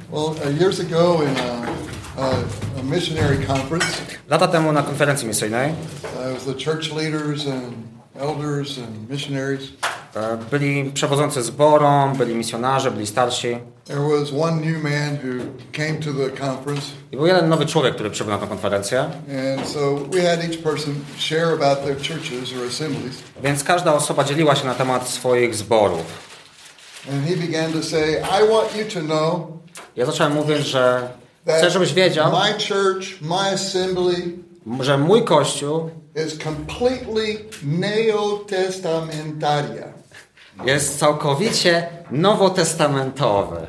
Well, years ago in a missionary conference, Lata temu na konferencji misyjnej it was the church leaders and elders and missionaries. byli przewodzący zborom, byli misjonarze, byli starsi. There was one new man who came to the conference. I był jeden nowy człowiek, który przybył na tę konferencję. And so we had each person share about their churches or assemblies. Więc każda osoba dzieliła się na temat swoich zborów. And he began to say, I want you to know. Ja zacząłem mówić, że chcę, żebyś wiedział, my church, my assembly, że mój kościół is completely neotestamentaria. Jest całkowicie nowotestamentowy.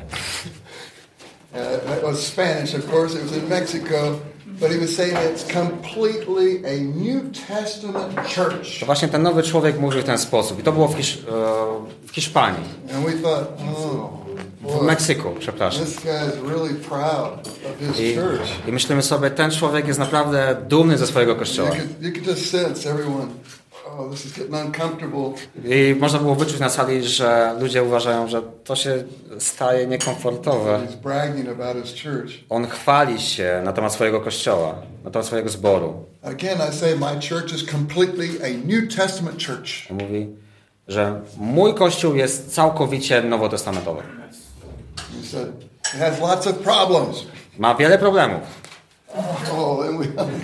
That was Spanish, of course. It was in Mexico, but he was saying it's completely a New Testament church. To właśnie ten nowy człowiek mówił w ten sposób. I to było w Hiszpanii. And we thought, w Meksyku, przepraszam. This guy is really proud of his church. I myślimy sobie, ten człowiek jest naprawdę dumny ze swojego kościoła. You could just sense everyone. Oh, this is getting uncomfortable. I można było wyczuć na sali, że ludzie uważają, że to się staje niekomfortowe. He's bragging about his church. On chwali się na temat swojego kościoła, na temat swojego zboru. Again, I say my church is completely a New Testament church. On mówi, że mój kościół jest całkowicie nowotestamentowy. He said it has lots of problems. Ma wiele problemów. Oh, and we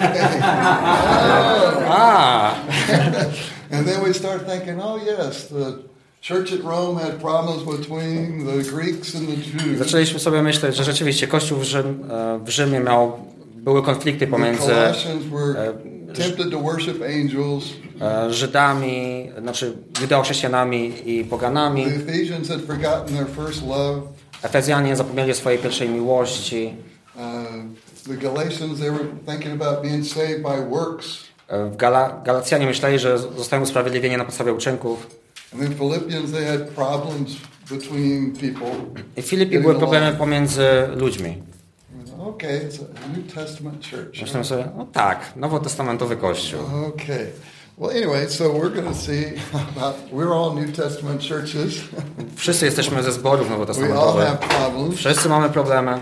and then we start thinking, oh yes, the church at Rome had problems between the Greeks and the Jews. Zaczęliśmy sobie myśleć, że rzeczywiście Kościół w Rzymie były konflikty pomiędzy tempted to worship angels. Żydami, znaczy judeochrześcijanami i poganami. The Ephesians had forgotten their first love. Efezjanie zapomnieli o swojej pierwszej miłości. The Galatians, they were thinking about being saved by works. Galacjanie myśleli, że zostają usprawiedliwieni na podstawie uczynków. And then Philippians, they had problems between people. I w Filipii były problemy pomiędzy ludźmi. Okay, it's a New Testament church. Myślę sobie, no tak, nowotestamentowy kościół. Okay. Well, anyway, so we're going to see about, we're all New Testament churches. Wszyscy jesteśmy ze zborów We all nowotestamentowych. have problems. Wszyscy mamy problemy.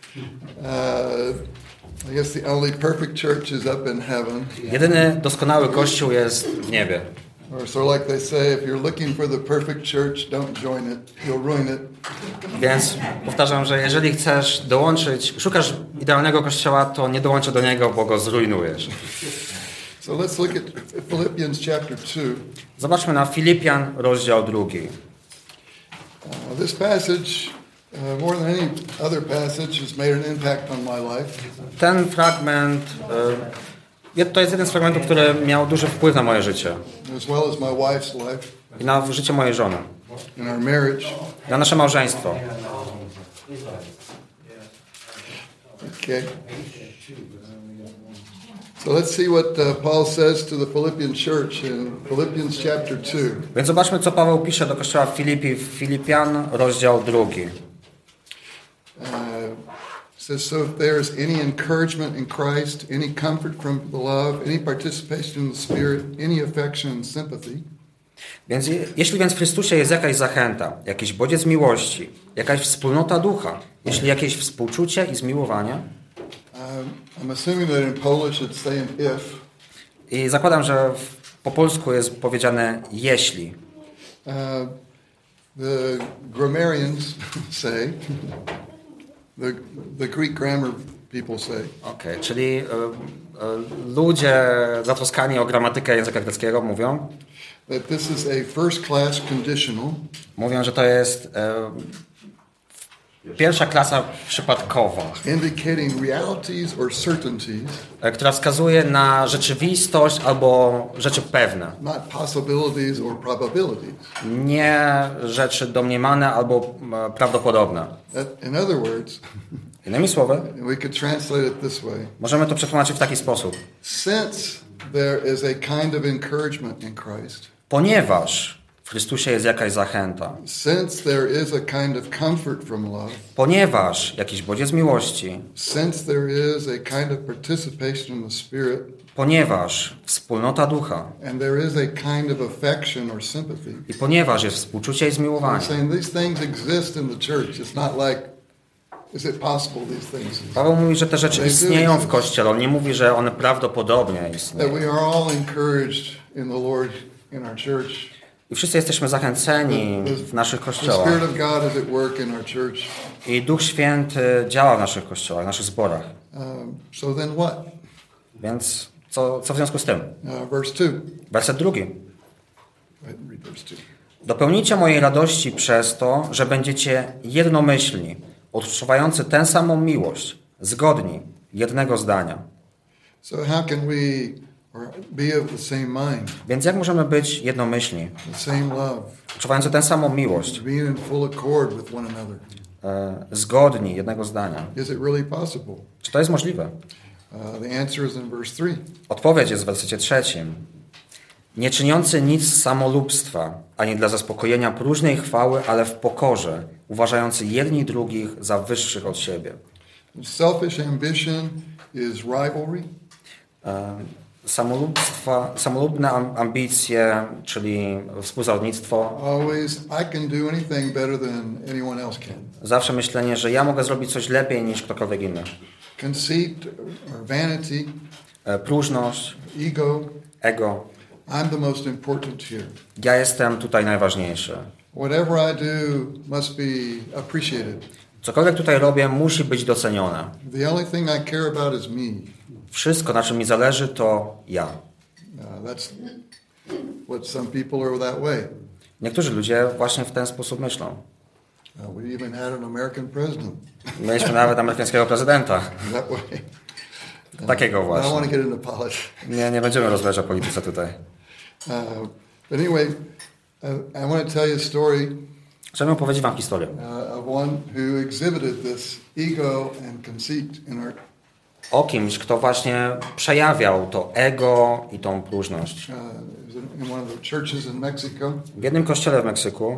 I guess the only perfect church is up in heaven. Jedyny doskonały kościół jest w niebie. Or so like they say, if you're looking for the perfect church, don't join it. You'll ruin it. Więc powtarzam, że jeżeli chcesz szukasz idealnego kościoła, to nie dołączę do niego, bo go zrujnujesz. So let's look at Philippians chapter 2. Zobaczmy na Filipian, rozdział 2. This passage, more than any other passage, has made an impact on my life. Ten fragment, to jest jeden z fragmentów, który miał duży wpływ na moje życie. As well as my wife's life. I na życie mojej żony. In our marriage. Na nasze małżeństwo. Okay. So let's see what Paul says to the Philippian church in Philippians chapter 2. Więc zobaczmy, co Paweł pisze do kościoła w Filipi, w Filipian, rozdział 2. Says, so if there is any encouragement in Christ, any comfort from the love, any participation in the Spirit, any affection and sympathy. Więc jeśli więc w Chrystusie jest jakaś zachęta, jakiś bodziec miłości, jakaś wspólnota ducha, jeśli jakieś współczucie i zmiłowanie. I'm assuming that in Polish it's saying if. I zakładam, że po polsku jest powiedziane jeśli. The grammarians say, the Greek grammar people say. Okay, czyli ludzie zatroskani o gramatykę języka greckiego mówią, that this is a first class conditional. Mówią, że to jest pierwsza klasa przypadkowa, indicating realities or certainties, która wskazuje na rzeczywistość albo rzeczy pewne. Not possibilities or probabilities. Nie rzeczy domniemane albo prawdopodobne. In other words, innymi słowy, we could translate it this way. Możemy to przetłumaczyć w taki sposób. Since there is a kind of encouragement in Christ. Ponieważ w Chrystusie jest jakaś zachęta. Since there is a kind of comfort from love. Ponieważ jakiś bodziec miłości. Since there is a kind of participation in the Spirit. Ponieważ wspólnota ducha. And there is a kind of affection or sympathy. I ponieważ jest współczucie i zmiłowanie. Saying these things exist in the church. It's not like is it possible these things? Paweł mówi, że te rzeczy istnieją w Kościele. On nie mówi, że one prawdopodobnie That istnieją. we are all encouraged in the Lord, in our church. I wszyscy jesteśmy zachęceni w naszych The kościołach. Spirit of God is at work in our church. I Duch Święty działa w naszych kościołach, w naszych zborach. So then what? Więc co w związku z tym? Verse 2. Werset 2. Read verse 2. Dopełnijcie mojej radości przez to, że będziecie jednomyślni, odczuwający tę samą miłość, zgodni, jednego zdania. So how can we be of the same mind, Więc jak możemy być jednomyślni, the same love, odczuwający tę samą miłość, being in full accord with one another? zgodni, jednego zdania? Is it really possible? Czy to jest możliwe? The answer is in verse 3. Odpowiedź jest w wersecie 3. Nie czyniący nic z samolubstwa, ani dla zaspokojenia próżnej chwały, ale w pokorze, uważający jedni drugich za wyższych od siebie. Selfish ambition is rivalry. Samolubne ambicje, czyli współzawodnictwo. Always, I can do anything better than anyone else can. Zawsze myślenie, że ja mogę zrobić coś lepiej niż ktokolwiek inny. Conceit or vanity, Próżność, ego. I'm the most important here. Ja jestem tutaj najważniejszy. Whatever I do must be appreciated. Cokolwiek tutaj robię, musi być docenione. The only thing I care about is me. Wszystko, na czym mi zależy, to ja. That's what some people are that way. Niektórzy ludzie właśnie w ten sposób myślą. We even had an American president Mieliśmy nawet amerykańskiego prezydenta. that way. Takiego I don't want właśnie. to get into politics. Nie będziemy rozmawiać o polityce tutaj. But anyway, I want to tell you a story Chciałbym opowiedzieć wam historię of one who exhibited this ego and conceit in our. o kimś, kto właśnie przejawiał to ego i tą próżność. It was in one of the churches in Mexico. W jednym kościele w Meksyku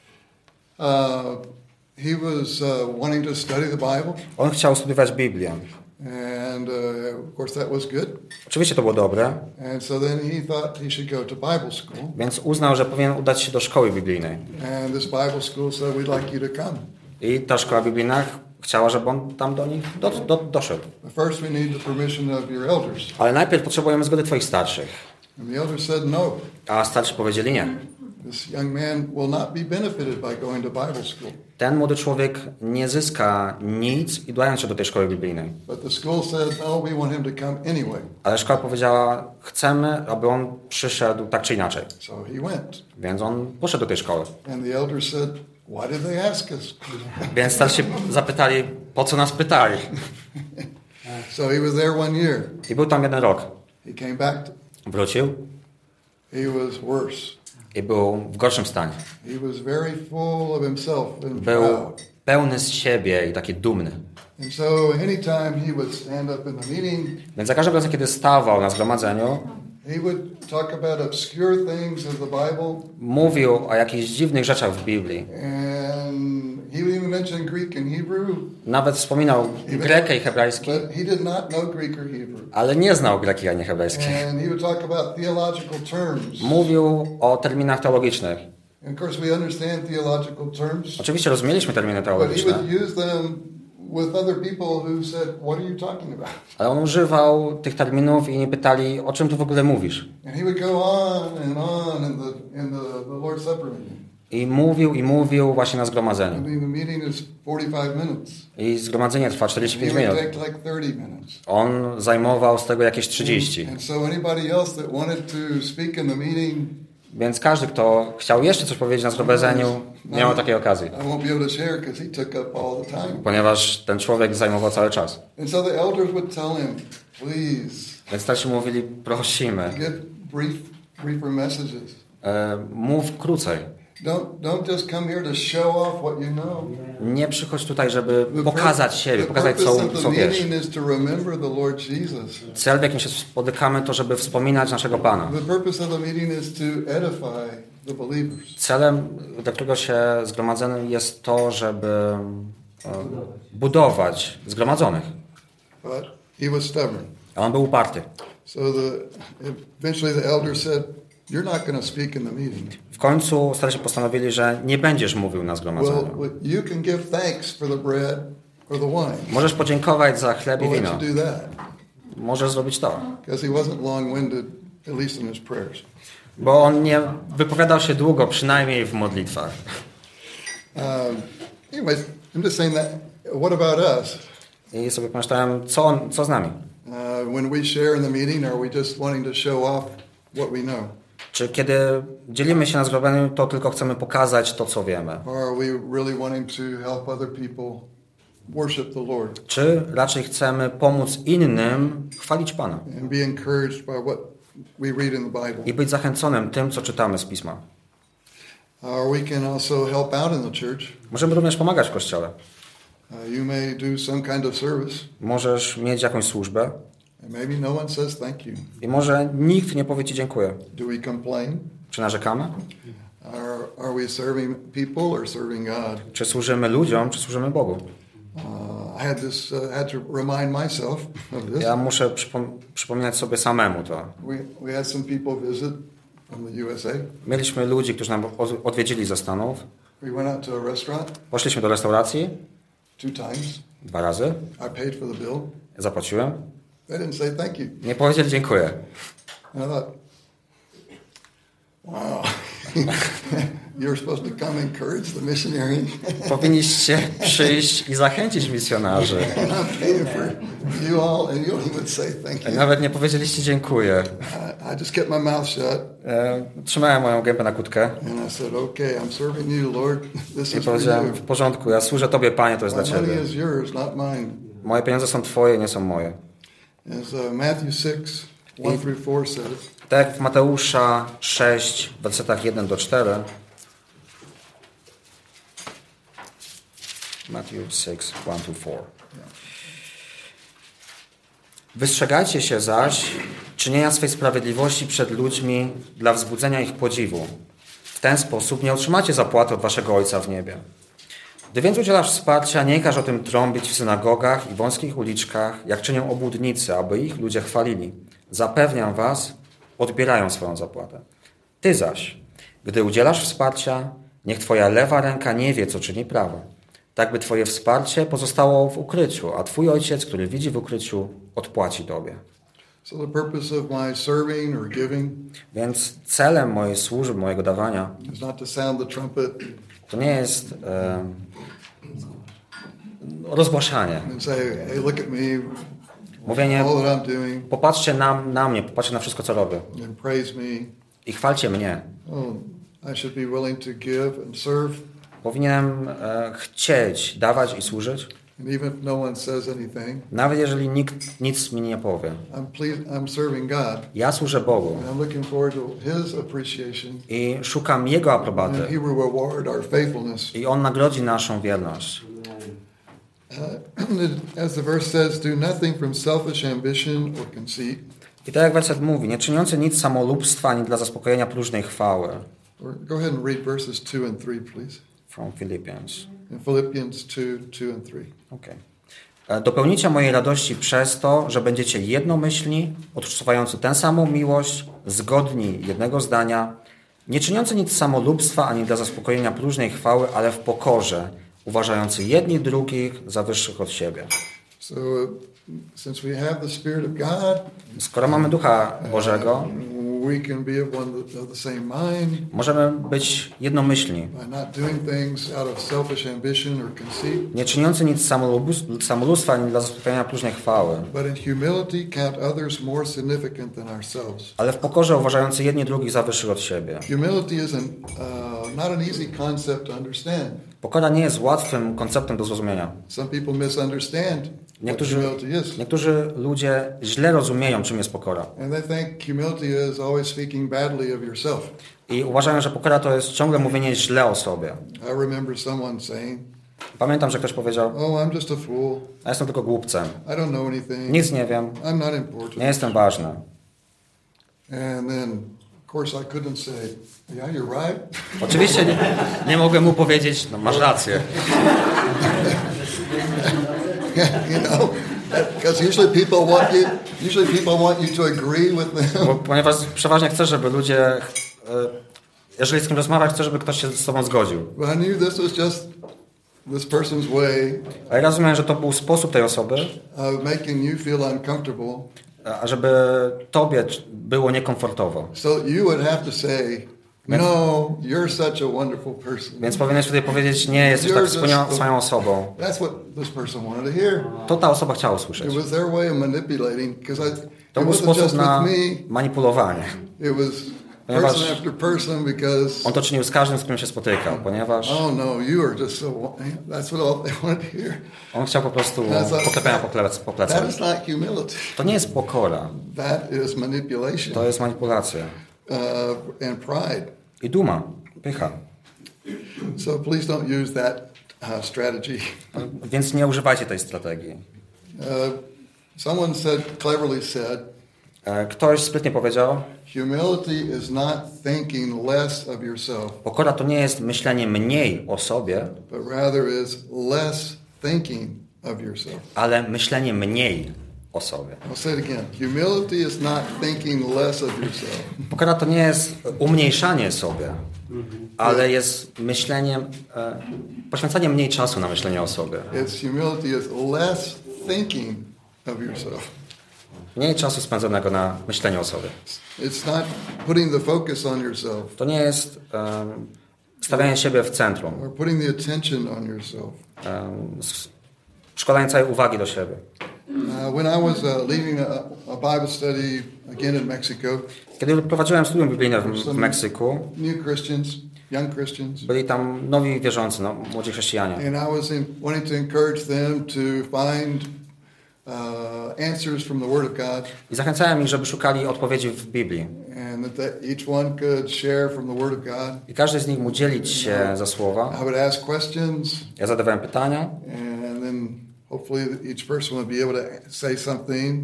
He was wanting to study the Bible, on chciał studiować Biblię. and of course that was good. Oczywiście to było dobre, And so then he thought he should go to Bible school, więc uznał, że powinien udać się do szkoły biblijnej. and this Bible school said, "We'd like you to come. I ta szkoła biblijna chciała, żeby on tam do nich doszedł. But first we need the permission of your elders." Ale najpierw potrzebujemy zgody twoich starszych. And the elders said no. A starsi powiedzieli nie. This young man will not be benefited by going to Bible school. Ten młody człowiek nie zyska nic udając się do tej szkoły biblijnej. But the school said, "No, we want him to come anyway." Ale szkoła powiedziała, chcemy, aby on przyszedł tak czy inaczej. So he went. Więc on poszedł do tej szkoły. And the elders said, "Why did they ask us?" Więc starsi zapytali, po co nas pytali. So he was there 1 year. I był tam 1 rok. He came back. Wrócił He was worse. i był w gorszym stanie. He was very full of himself and Był proud. pełny z siebie i taki dumny. And so anytime he would stand up in the meeting, Więc za każdym razem, kiedy stawał na zgromadzeniu, he would talk about obscure things of the Bible, mówił o jakichś dziwnych rzeczach w Biblii. and he would even mention Greek and Hebrew, Nawet wspominał grekę i hebrajski, but he did not know Greek or Hebrew. ale nie znał greki ani hebrajskiej. And he would talk about theological terms. Mówił o terminach teologicznych. And of course we understand theological terms, Oczywiście rozumieliśmy terminy but he teologiczne, would use them with other people who said, "What are you talking about?" ale on używał tych terminów i nie pytali, o czym ty w ogóle mówisz. And he would go on in the Lord's Supper meeting. I mówił właśnie na I zgromadzeniu. mean, the meeting is 45 minutes. I zgromadzenie trwa He 45 would minut. take like 30 minutes. On zajmował z tego jakieś 30. And so anybody else that wanted to speak in the meeting, Więc każdy, kto chciał jeszcze coś powiedzieć na zgromadzeniu, miał takiej okazji. I won't be able to share because he took up all the time. Ponieważ ten człowiek zajmował cały czas. And so the elders would tell him, "Please Więc starsi mówili, prosimy, get briefer messages. mów krócej. Don't just come here to show off what you know." Nie przychodź tutaj, żeby pokazać siebie, The pokazać purpose of co the wiesz. meeting is to remember the Lord Jesus. Cel, w jakim się spotykamy, to żeby wspominać naszego Pana. The purpose of the meeting is to edify the believers. Celem, dla którego się zgromadzamy, jest to, żeby budować zgromadzonych. But he was stubborn. A on był uparty. So eventually the elder said, "You're not going to speak in the meeting. W końcu starsi postanowili, że nie będziesz mówił na zgromadzeniu. Well, you can give thanks for the bread or the wine. Możesz podziękować za chleb i We'll let wino. you do that. Możesz zrobić to. Because he wasn't long-winded, at least in his prayers. Bo on nie wypowiadał się długo, przynajmniej w modlitwach. Anyways, I'm just saying that. What about us? I sobie pomyślałem, co z nami? When we share in the meeting, are we just wanting to show off what we know? Czy kiedy dzielimy się na zgromadzeniu, to tylko chcemy pokazać to, co wiemy? Or are we really wanting to help other people worship the Lord? Czy raczej chcemy pomóc innym chwalić Pana And be encouraged by what we read in the Bible? i być zachęconym tym, co czytamy z Pisma? Or we can also help out in the church. Możemy również pomagać w Kościele. You may do some kind of service, Możesz mieć jakąś służbę and maybe no one says thank you. i może nikt nie powie Ci dziękuję. Do we complain? Czy narzekamy? Are we serving people or serving God? Czy służymy ludziom, czy służymy Bogu? I had to remind myself of this. Ja muszę przypominać sobie samemu to. We had some people visit from the USA. Mieliśmy ludzi, którzy nam odwiedzili ze Stanów. We went out to a restaurant Poszliśmy do restauracji 2 times. 2 razy. I paid for the bill. Zapłaciłem. They didn't say thank you. Nie powiedzieli dziękuję. And I thought, wow, you're supposed to come encourage the missionary. Powinniście przyjść i zachęcić misjonarzy. And I'm paying for you all, and you don't even say thank you. Nawet nie powiedzieliście dziękuję. I just kept my mouth shut. Trzymałem moją gębę na kłódkę And I said, okay, I'm serving you, Lord. This i is for powiedziałem, you. w porządku, ja służę Tobie, Panie, to jest My dla Ciebie. money is yours, not mine. Moje pieniądze są Twoje, nie są moje. As Matthew 6, 1 through 4 says, Tak jak w Mateusza 6, w wersetach 1 do 4. Matthew 6, 1 to 4. Wystrzegajcie się zaś czynienia swej sprawiedliwości przed ludźmi dla wzbudzenia ich podziwu. W ten sposób nie otrzymacie zapłaty od waszego Ojca w niebie. Gdy więc udzielasz wsparcia, nie każ o tym trąbić w synagogach i wąskich uliczkach, jak czynią obłudnicy, aby ich ludzie chwalili. Zapewniam was, odbierają swoją zapłatę. Ty zaś, gdy udzielasz wsparcia, niech twoja lewa ręka nie wie, co czyni prawa. Tak by twoje wsparcie pozostało w ukryciu, a twój Ojciec, który widzi w ukryciu, odpłaci tobie. so the purpose of my serving or giving Więc celem mojej służby, mojego dawania, is not to sound the trumpet to nie jest rozgłaszanie. and say, hey, look at me, Mówienie, all that I'm doing, popatrzcie na mnie, popatrzcie na wszystko, co robię and praise me. i chwalcie mnie. Oh, I should be willing to give and serve, Powinienem chcieć dawać i służyć, and even if no one says anything, nawet jeżeli nikt nic mi nie powie. I'm serving God, Ja służę Bogu and I'm looking forward to His appreciation, i szukam Jego and aprobaty He will reward our faithfulness. i On nagrodzi naszą wierność. As the verse says, do nothing from selfish ambition or conceit. I tak jak werset mówi, nie czyniący nic samolubstwa ani dla zaspokojenia próżnej chwały. Go ahead and read verses 2 and 3, please. From Philippians. In Philippians 2, 2 and 3. Okay. Dopełnicie mojej radości przez to, że będziecie jednomyślni, odczuwający tę samą miłość, zgodni jednego zdania, nie czyniący nic samolubstwa ani dla zaspokojenia próżnej chwały, ale w pokorze, uważający jedni drugich za wyższych od siebie. So, since we have the Spirit of God, Skoro mamy Ducha Bożego, we can be of the same mind możemy być jednomyślni, by not doing things out of selfish ambition or conceit, nie czyniący nic samolubstwa ani dla zaspokojenia próżnej chwały, but in humility count others more significant than ourselves. ale w pokorze uważający jedni drugich za wyższych od siebie. Humility is not an easy concept to understand. Pokora nie jest łatwym konceptem do zrozumienia. Some people misunderstand what humility is. Niektórzy ludzie źle rozumieją, czym jest pokora. And they think humility is always speaking badly of yourself. I uważają, że pokora to jest ciągle mówienie źle o sobie. I remember someone saying, Pamiętam, że ktoś powiedział, oh, I'm just a fool. ja jestem tylko głupcem. I don't know anything. Nic nie wiem. I'm not important. Nie jestem ważny. And then, of course, I couldn't say, yeah, you're right. Oczywiście nie mogłem mu powiedzieć, no masz rację. You know, because usually people want you to agree with them. Ponieważ przeważnie chcę, żeby ludzie, jeżeli z kim rozmawiasz, chcę, żeby ktoś się z tobą zgodził. But I knew this was just this person's way Ale rozumiem, że to był sposób tej osoby, of making you feel uncomfortable, żeby tobie było niekomfortowo. so that you would have to say, no, you're such a wonderful person. Więc powinieneś wtedy powiedzieć, nie, jesteś tak wspaniałą osobą. That's what this person wanted to hear. To ta osoba chciała usłyszeć. It was their way of manipulating, because it To był wasn't sposób just na with me. manipulowanie. It was Ponieważ person after person, because on to czynił z każdym, z którym się spotykał, ponieważ oh no, you are just so. That's what all they wanted to hear. on chciał po prostu poklepania po That plecach. is not humility. To nie jest pokora, That is manipulation to jest manipulacja. And pride. I duma, pycha. So please don't use that strategy. Więc nie używajcie tej strategii. Someone cleverly said, Ktoś sprytnie powiedział, humility is not thinking less of yourself, pokora to nie jest myślenie mniej o sobie, but rather is less thinking of yourself. ale myślenie mniej o sobie. I'll say it again. Humility is not thinking less of yourself. Pokora to nie jest umniejszanie sobie, ale jest myśleniem, poświęcaniem mniej czasu na myślenie o sobie. Humility is less thinking of yourself. Mniej czasu spędzonego na myśleniu o sobie. It's not putting the focus on yourself. To nie jest stawianie siebie w centrum. Or putting the attention on yourself. Przykładanie całej uwagi do siebie. When I was leading a Bible study again in Mexico, kiedy prowadziłem studium biblijne w Meksyku, new Christians, young Christians, byli tam nowi wierzący, młodzi chrześcijanie. and I was wanting to encourage them to find answers from the Word of God. I zachęcałem ich, żeby szukali odpowiedzi w Biblii. And that each one could share from the Word of God. I każdy z nich mógł dzielić się ze słowa. I would ask questions. Ja zadawałem pytania. And then hopefully each person would be able to say something.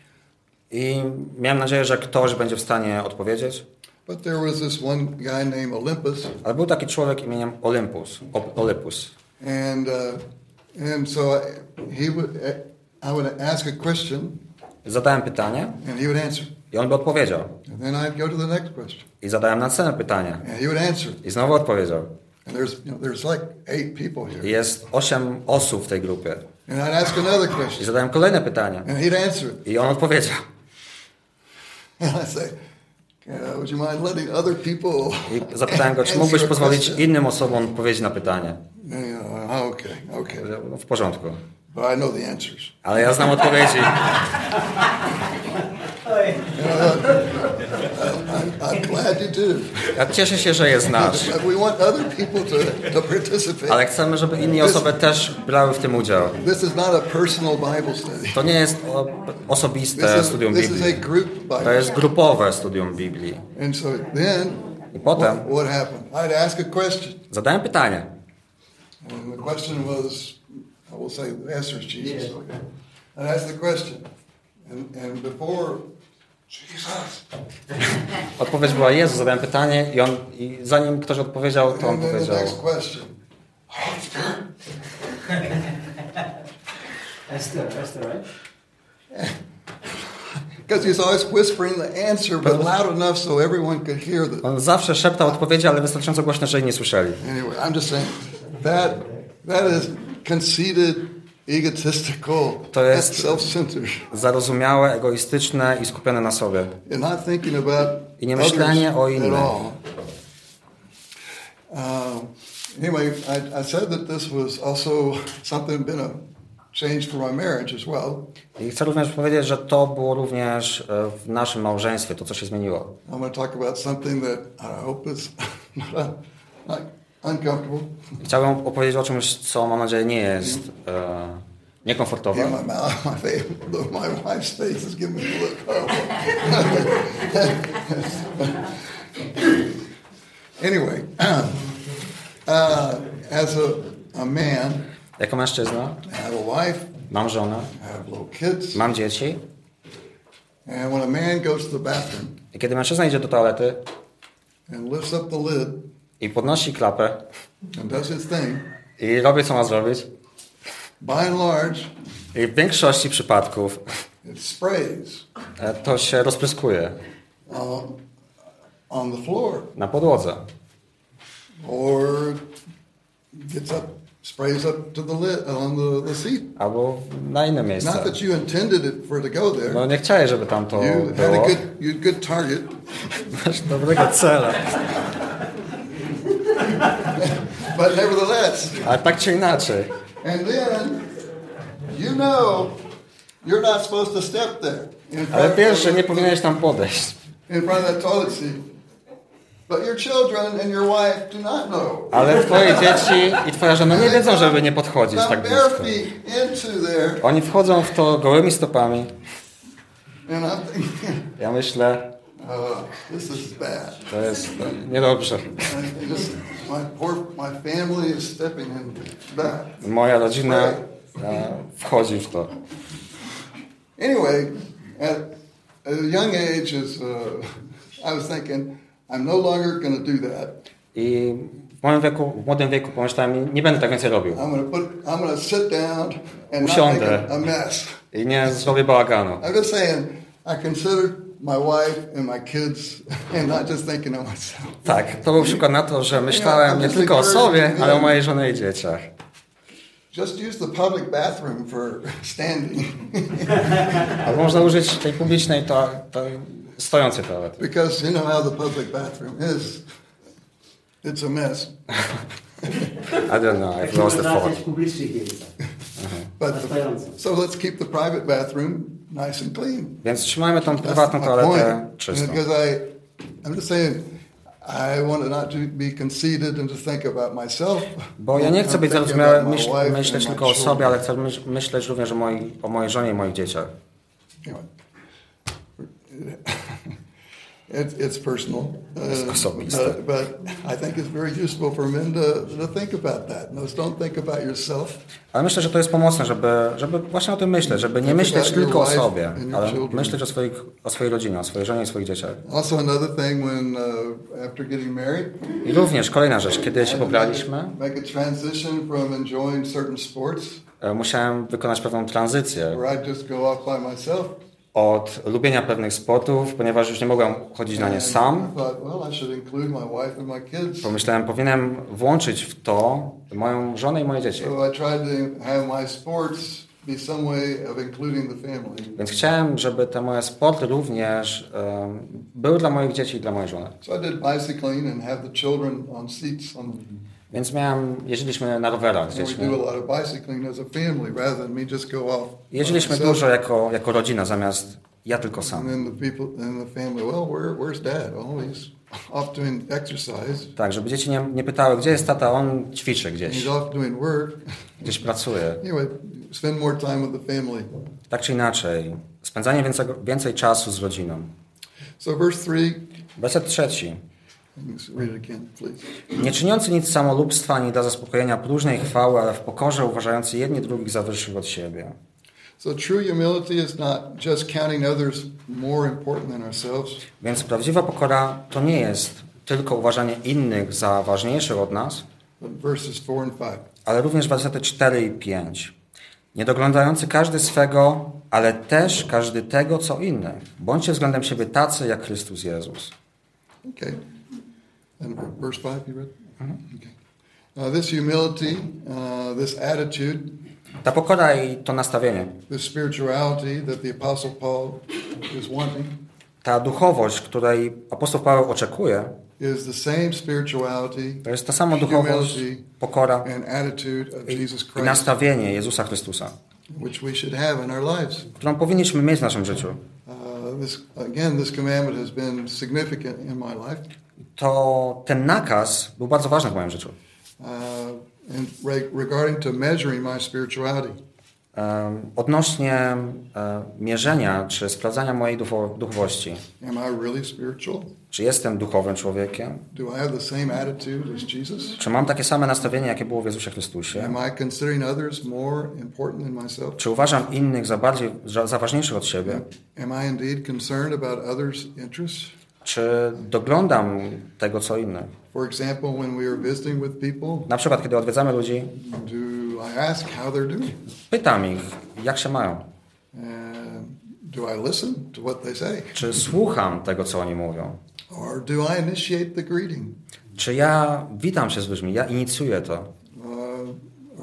I miałem nadzieję, że ktoś będzie w stanie odpowiedzieć. But there was this one guy named Olympus. Ale był taki człowiek imieniem Olympus. And so I would ask a question. Zadałem pytanie. And he would answer. I on by odpowiedział. And then I'd go to the next question. I zadałem następne pytanie. And he would answer. I znowu odpowiedział. And there's like 8 people here. Jest 8 osób w tej grupie. And I'd ask another I question. zadałem kolejne pytanie. And he'd answer. I on odpowiedział. And I'd say, would you mind letting other people I zapytałem go, czy mógłbyś pozwolić innym osobom odpowiedzieć na pytanie. Okay. No, w porządku. But I know the answers. Ale ja znam odpowiedzi. I'm glad you do. Ja cieszę się, że je znasz. But we want other people to participate. Ale chcemy, żeby inni osoby też brały w tym udział. This is not a personal Bible study. To nie jest osobiste studium This is Biblii. a group Bible. To jest grupowe studium Biblii. And so then, I potem what happened? I'd ask a question. zadałem pytanie. And the question was, I will say, the answer is Jesus. Okay. I'd ask the question. And before Jesus. Odpowiedź była Jezus, zadałem pytanie i zanim ktoś odpowiedział, to on And then the powiedział. next question. Esther, right? Because he's always whispering the answer, but loud enough so everyone could hear the. On zawsze szeptał odpowiedzi, ale wystarczająco głośno, że jej nie słyszeli. Anyway, I'm just saying that is conceited, egotistical, To jest self-centered, zarozumiałe, egoistyczne i skupione na sobie. and not thinking about I nie myślenie o innych. at all. Anyway, I said that this was also something been a change for my marriage as well. I chcę również powiedzieć, że to było również w naszym małżeństwie, to co się zmieniło. I'm going to talk about something that I hope is not uncomfortable. Chciałbym opowiedzieć o czymś, co mam nadzieję nie jest niekomfortowe. Yeah, my wife's face is giving me a look. Anyway, as a man, Jako mężczyzna I have a wife, mam żonę, I have little kids, mam dzieci and when a man goes to the bathroom i kiedy mężczyzna idzie do toalety and lifts up the lid i podnosi klapę and does his thing, i robi co ma zrobić by and large, i w większości przypadków it sprays to się rozpryskuje on the floor na podłodze or gets up sprays up to the lid on the seat. Albo na inne miejsce. Not that you intended it for it to go there. No nie chciałeś, żeby tam to You had było. you had good target. Masz dobrego cela. But nevertheless, Ale tak czy inaczej. and then you know you're not supposed to step there. Ale wiesz, że nie powinieneś tam podejść. In front of that toilet seat. But your children and your wife do not know. Ale twoje dzieci i twoja żona nie wiedzą, żeby nie podchodzić Come tak bare blisko. feet into there. Oni wchodzą w to gołymi stopami. And I'm thinking, Ja myślę, this is bad. to jest niedobrze. And just my family is stepping in that. Moja rodzina wchodzi w to. Anyway, at a young age, I was thinking, I'm no longer going to do that. I w młodym wieku pomyślałem, nie będę tak więcej robił. I'm going to sit down and not Usiądę. make a mess. I nie zrobię bałaganu. I'm just saying, I consider my wife and my kids and not just thinking of myself. Tak, to był przykład na to, że myślałem nie tylko o sobie, ale o mojej żonie i dzieciach. Just use the public bathroom for standing. Albo można użyć tej publicznej, stojącej toalety. Because you know how the public bathroom is. It's a mess. I don't know, I've lost the thought. So let's keep the private bathroom nice and clean. Więc trzymajmy tą prywatną toaletę czystą. Because I'm just saying, I want to not be conceited and just think about myself. Bo ja nie chcę być zarozumiały, myśleć tylko o sobie, ale chcę myśleć również o mojej żonie i moich dzieciach. It's personal, but I think it's very useful for men to think about that. No, don't think about yourself. Ale myślę, że to jest pomocne, żeby właśnie o tym myśleć, żeby nie myśleć tylko o sobie, ale myśleć o swojej rodzinie, o swojej żonie i swoich dzieciach. Also another thing when after getting married. I również kolejna rzecz, kiedy się pobraliśmy, make a transition from enjoying certain sports. Musiałem wykonać pewną tranzycję. Where I just go off by myself. Od lubienia pewnych sportów, ponieważ już nie mogłem chodzić na nie sam. Pomyślałem, powinienem włączyć w to moją żonę i moje dzieci. Więc chciałem, żeby te moje sporty również były dla moich dzieci i dla mojej żony. Więc jeździliśmy na rowerach z dziećmi. Jeździliśmy dużo jako rodzina, zamiast ja tylko sam. Tak, żeby dzieci nie pytały, gdzie jest tata, on ćwiczy gdzieś. Gdzieś pracuje. Tak czy inaczej, spędzanie więcej czasu z rodziną. Werset 3. Nie czyniący nic samolubstwa, ani dla zaspokojenia próżnej chwały, ale w pokorze uważający jedni drugich za wyższych od siebie. Więc prawdziwa pokora to nie jest tylko uważanie innych za ważniejszych od nas, ale również wersety 4 i 5. Nie doglądający każdy swego, ale też każdy tego, co innych. Bądźcie względem siebie tacy, jak Chrystus Jezus. Okay. And verse 5 you read? Okay. This humility, this attitude, ta pokora i to nastawienie, this spirituality that the Apostle Paul is wanting, ta duchowość, której apostoł Paweł oczekuje, is the same spirituality, to jest ta sama duchowość, pokora and attitude of Jesus Christ, i nastawienie Jezusa Chrystusa, which we should have in our lives. Którą powinniśmy mieć w naszym życiu. This commandment has been significant in my life. To ten nakaz był bardzo ważny w moim życiu. And regarding to measuring my spirituality. Odnośnie mierzenia czy sprawdzania mojej duchowości. Am I really spiritual? Czy jestem duchowym człowiekiem? Do I have the same attitude as Jesus? Czy mam takie same nastawienie, jakie było w Jezusie Chrystusie? Am I considering others more important than myself? Czy uważam innych za ważniejszych od siebie? Am I indeed concerned about others' interests? Czy doglądam tego, co innych? For example, when we are visiting with people, na przykład, kiedy odwiedzamy ludzi, do I ask how they're doing? Pytam ich, jak się mają. Do I listen to what they say? Czy słucham tego, co oni mówią? Or do I initiate the greeting? Czy ja witam się z ludźmi, ja inicjuję to?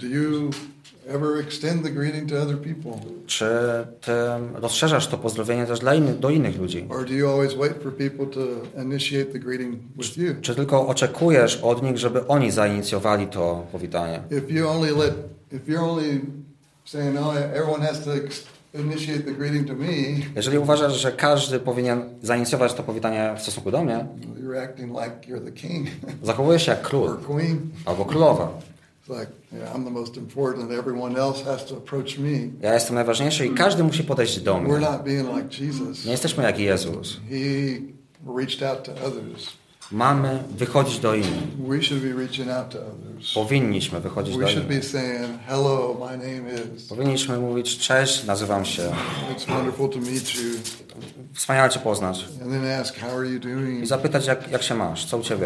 Do you ever extend the greeting to other people? Czy ty rozszerzasz to pozdrowienie też do innych ludzi? Or do you always wait for people to initiate the greeting with you? Czy tylko oczekujesz od nich, żeby oni zainicjowali to powitanie? If you're only saying, no, everyone has to initiate the greeting to me, Jeżeli uważasz, że każdy powinien zainicjować to powitanie w stosunku do mnie, you're acting like you're the king zachowujesz się jak król or queen. albo królowa. It's like, yeah, I'm the most important and everyone else has to approach me. Ja jestem najważniejszy i każdy musi podejść do mnie. We're not being like Jesus. Nie jesteśmy jak Jezus. He reached out to others. Mamy wychodzić do innych. We should be reaching out to others. Powinniśmy wychodzić We do should innych. be saying, hello, my name is. Powinniśmy mówić, cześć, nazywam się. It's wonderful to meet you. Wspaniale Cię poznać. And then ask, how are you I doing? zapytać, jak się masz, co u Ciebie.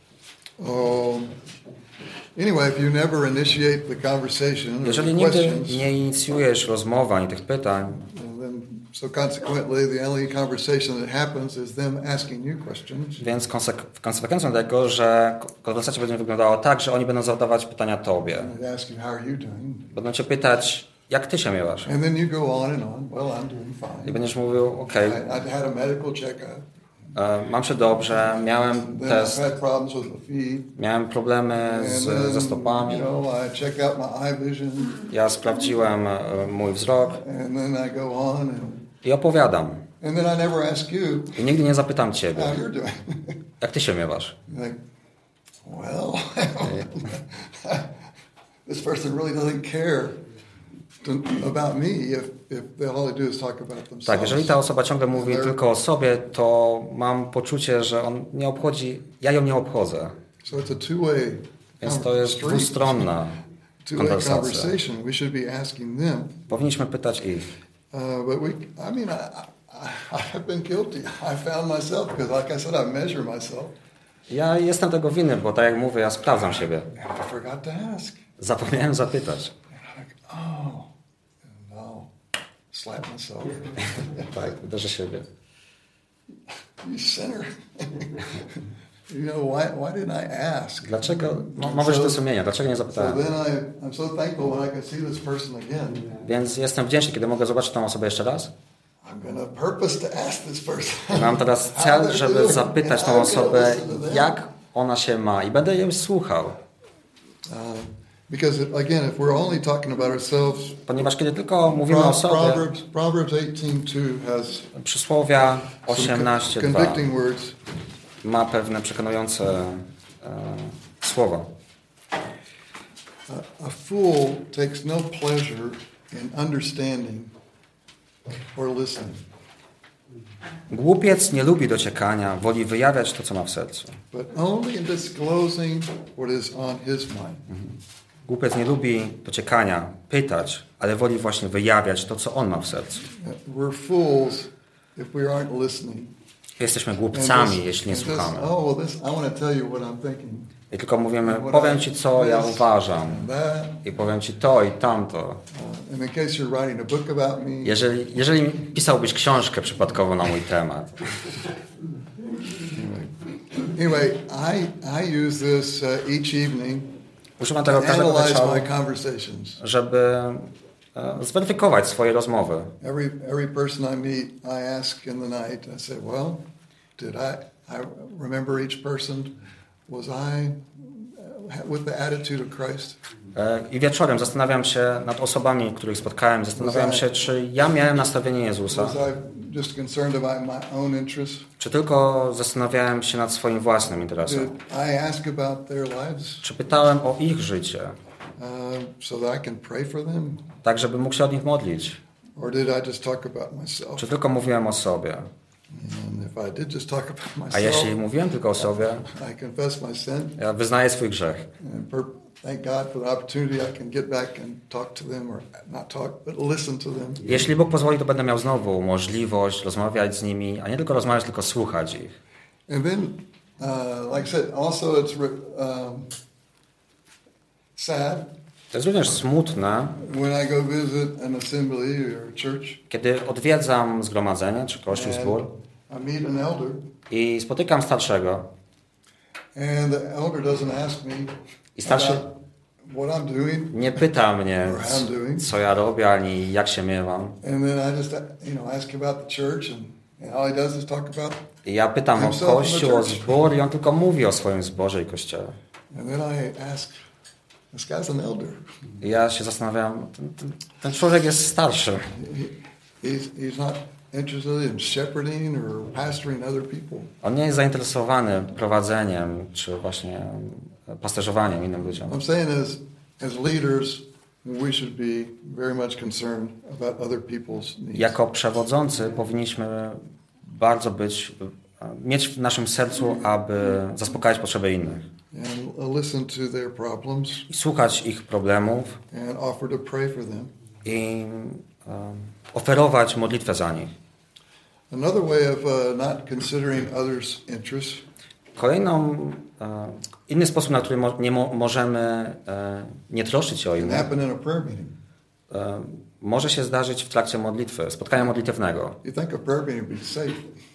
Anyway, if you never initiate the conversation or Jeżeli the nigdy questions, nie inicjujesz rozmowy ani tych pytań, then so consequently the only conversation that happens is them asking you questions. więc konsekwencją tego, że konwersacja będzie wyglądała tak, że oni będą zadawać pytania Tobie. They ask you, how are you doing? Będą Cię pytać, jak Ty się miewasz. And then you go on and on. Well, I'm doing I fine. będziesz mówił, okej, I had a medical checkup. mam się dobrze, miałem Then test, I've had problems with my feet. miałem problemy And ze then, stopami. I check out my eye vision. Ja sprawdziłem mój wzrok And then I go on. i opowiadam. And then I never ask you I nigdy nie zapytam Ciebie, how you're doing. jak Ty się miewasz. Like, well, this person really doesn't care about me if all they do is talk about themselves. Tak, jeżeli ta osoba ciągle mówi tylko o sobie, to mam poczucie, że on nie obchodzi, ja ją nie obchodzę. So it's a two-way. Więc to jest dwustronna Two-way konwersacja. conversation. We should be asking them. Powinniśmy pytać ich. But I've been guilty. I found myself because, like I said, I measure myself. Ja jestem tego winny, bo tak jak mówię, ja sprawdzam siebie. And I forgot to ask. Zapomniałem zapytać. And I'm like, oh, no, slap myself. Tak, uderzę siebie. You sinner. You know, why didn't I ask? Dlaczego? Mam wyrzuty sumienia, dlaczego nie So zapytałem? then I'm so thankful when I can see this person again. Więc jestem wdzięczny, kiedy mogę zobaczyć tą osobę jeszcze raz. I'm going to purpose to ask this person. Mam teraz cel, żeby zapytać tą osobę, jak ona się ma i będę jej słuchał. Because again, if we're only talking about ourselves, Ponieważ kiedy tylko mówimy o sobie, Proverbs 18:2 has przysłowia some 18:2 convicting words. ma pewne przekonujące słowa. A fool takes no pleasure in understanding or listening, Głupiec nie lubi dociekania, woli wyjawiać to, co ma w sercu. but only in disclosing what is on his mind. Głupiec nie lubi dociekania, pytać, ale woli właśnie wyjawiać to, co on ma w sercu. We're fools if we aren't listening. Jesteśmy głupcami, jeśli nie słuchamy. I want to tell you what I'm thinking. I tylko mówimy, powiem Ci, co ja uważam. I powiem Ci to i tamto. And in case you're writing a book about me, Jeżeli pisałbyś książkę przypadkowo na mój temat. anyway, I use this each evening Używam to tego każdego analyze wieczoru, my conversations. żeby zweryfikować swoje rozmowy. Every person I meet, I ask in the night. I say, well, did I remember each person? Was I with the attitude of Christ? I wieczorem zastanawiam się nad osobami, których spotkałem. Zastanawiam się, czy ja miałem nastawienie Jezusa. Was I just concerned about my own interests? Czy tylko zastanawiałem się nad swoim własnym interesem. Did I ask about their lives Czy pytałem o ich życie, so that I can pray for them? tak żeby mógł się od nich modlić? Or did I just talk about myself? Czy tylko mówiłem o sobie? And if I did just talk about A myself, jeśli mówiłem tylko o sobie, I confess my sin. ja wyznaję swój grzech. And thank God for the opportunity I can get back and talk to them, or not talk, but listen to them. Jeśli Bóg pozwoli, to będę miał znowu możliwość rozmawiać z nimi, a nie tylko rozmawiać, tylko słuchać ich. And then, like I said, also it's sad To jest również smutne, when I go visit an assembly or church kiedy odwiedzam zgromadzenie czy kościół, zbór I meet an elder, i spotykam starszego and the elder doesn't ask me i starszy about what I'm doing. Nie pyta mnie, Or how I'm doing. co ja robię, ani jak się miewam. And then I just, ask him about the church, and all he does is talk about. I ja pytam o Kościół, o zbór i on tylko mówi o swoim zborze i Kościele. And then I ask, this guy's an elder. I ja się zastanawiam, ten człowiek jest starszy. He's not interested in shepherding or pastoring other people. On nie jest zainteresowany prowadzeniem, czy właśnie pasterzowaniem innym ludziom. I'm saying as leaders, we should be very much concerned about other people's needs. Jako przewodzący powinniśmy bardzo mieć w naszym sercu, aby zaspokajać potrzeby innych. And listen to their problems. I słuchać ich problemów. And offer to pray for them. I oferować modlitwę za nich. Another way of not considering others' interests. Inny sposób, na który możemy nie troszczyć się o innych, happen in a prayer meeting. Może się zdarzyć w trakcie modlitwy, spotkania modlitewnego. You think a prayer meeting would be safe?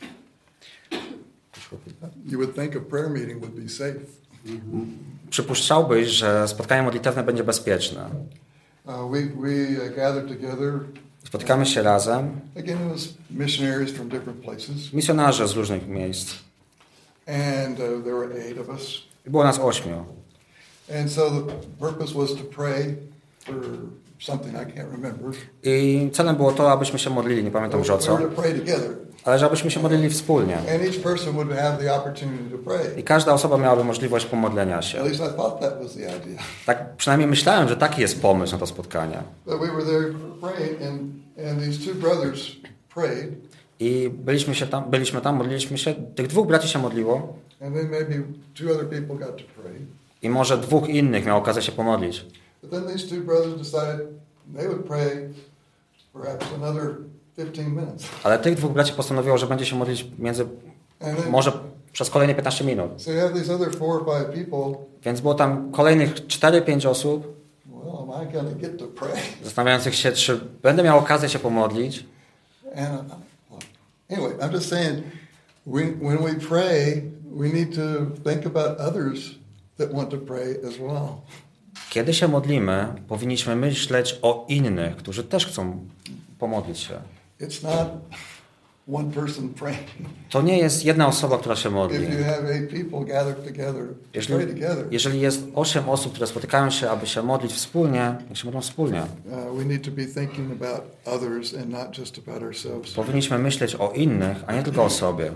You would think a prayer meeting would be safe. Przypuszczałbyś, że spotkanie modlitewne będzie bezpieczne. We gathered together. Spotykamy się razem. Again, it was missionaries from different places. Misjonarze z różnych miejsc. And there were 8 of us. I było nas 8. And so the purpose was to pray for something I can't remember. I celem było to, abyśmy się modlili, nie pamiętam już o co. Ale żebyśmy się modlili wspólnie. And each person would have the opportunity to pray. I każda osoba miałaby możliwość pomodlenia się. At least I thought that was the idea. Tak przynajmniej myślałem, że taki jest pomysł na to spotkanie. But we were there praying, and these 2 brothers prayed. I byliśmy tam, modliliśmy się. Tych 2 braci się modliło. And then maybe 2 other people got to pray. I może 2 innych miało okazję się pomodlić. But then these 2 brothers decided they would pray perhaps another 15 minutes. Ale tych 2 braci postanowiło, że będzie się modlić może przez kolejne 15 minut. So you have these other 4 or 5 people. Więc było tam kolejnych 4-5 osób. Well, am I going to get to pray? Zastanawiających się, czy będę miał okazję się pomodlić. And anyway, I'm just saying, when we pray, we need to think about others that want to pray as well. Kiedy się modlimy, powinniśmy myśleć o innych, którzy też chcą pomodlić się. It's not one person praying. To nie jest jedna osoba, która się modli. If you have 8 people gathered together, pray together. Jeżeli jest 8 osób, które spotykają się, aby się modlić wspólnie, niech się modlą wspólnie. We need to be thinking about others and not just about ourselves. Powinniśmy myśleć o innych, a nie tylko o sobie.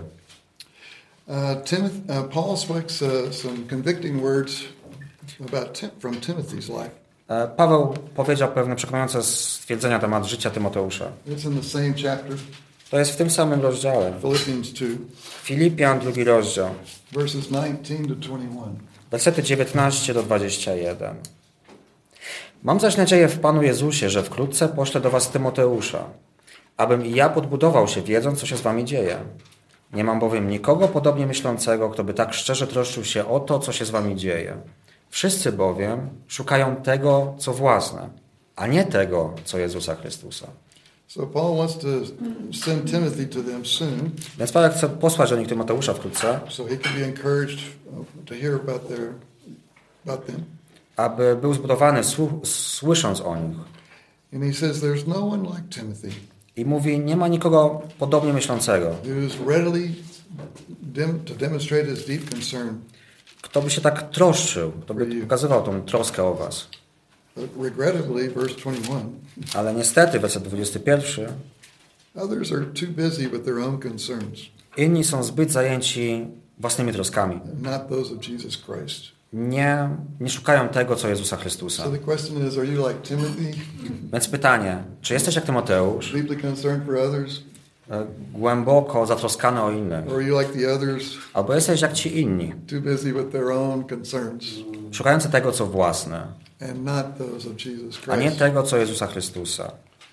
Paul speaks some convicting words from Timothy's life. Paweł powiedział pewne przekonujące stwierdzenia na temat życia Tymoteusza. It's in the same chapter. To jest w tym samym rozdziale. Philippians 2. Filipian, 2 rozdział. Verses 19 to 21. Wersety 19 do 21. Mam zaś nadzieję w Panu Jezusie, że wkrótce poślę do was Tymoteusza, abym i ja podbudował się, wiedząc, co się z wami dzieje. Nie mam bowiem nikogo podobnie myślącego, kto by tak szczerze troszczył się o to, co się z wami dzieje. Wszyscy bowiem szukają tego, co własne, a nie tego, co Jezusa Chrystusa. So Paul wants to send Timothy to them soon. Więc Paweł chce posłać do nich Tymoteusza wkrótce, So he can be encouraged to hear about them. aby był zbudowany słysząc o nich. And he says there's no one like Timothy. I mówi, nie ma nikogo podobnie myślącego. Who is readily to demonstrate his deep concern. Kto by się tak troszczył, kto by pokazywał tą troskę o was. But regrettably, verse 21. Ale niestety, werset 21. Others are too busy with their own concerns. Inni są zbyt zajęci własnymi troskami. Not those of Jesus Christ. Nie szukają tego, co Jezusa Chrystusa. So the question is, are you like Timothy? Więc pytanie, czy jesteś jak Tymoteusz? Deeply concerned for others? Głęboko zatroskany o innych? Or are you like the others? Albo jesteś jak ci inni? Too busy with their own concerns? Szukający tego, co własne. And not those of Jesus Christ. A nie tego, co Jezusa Chrystusa.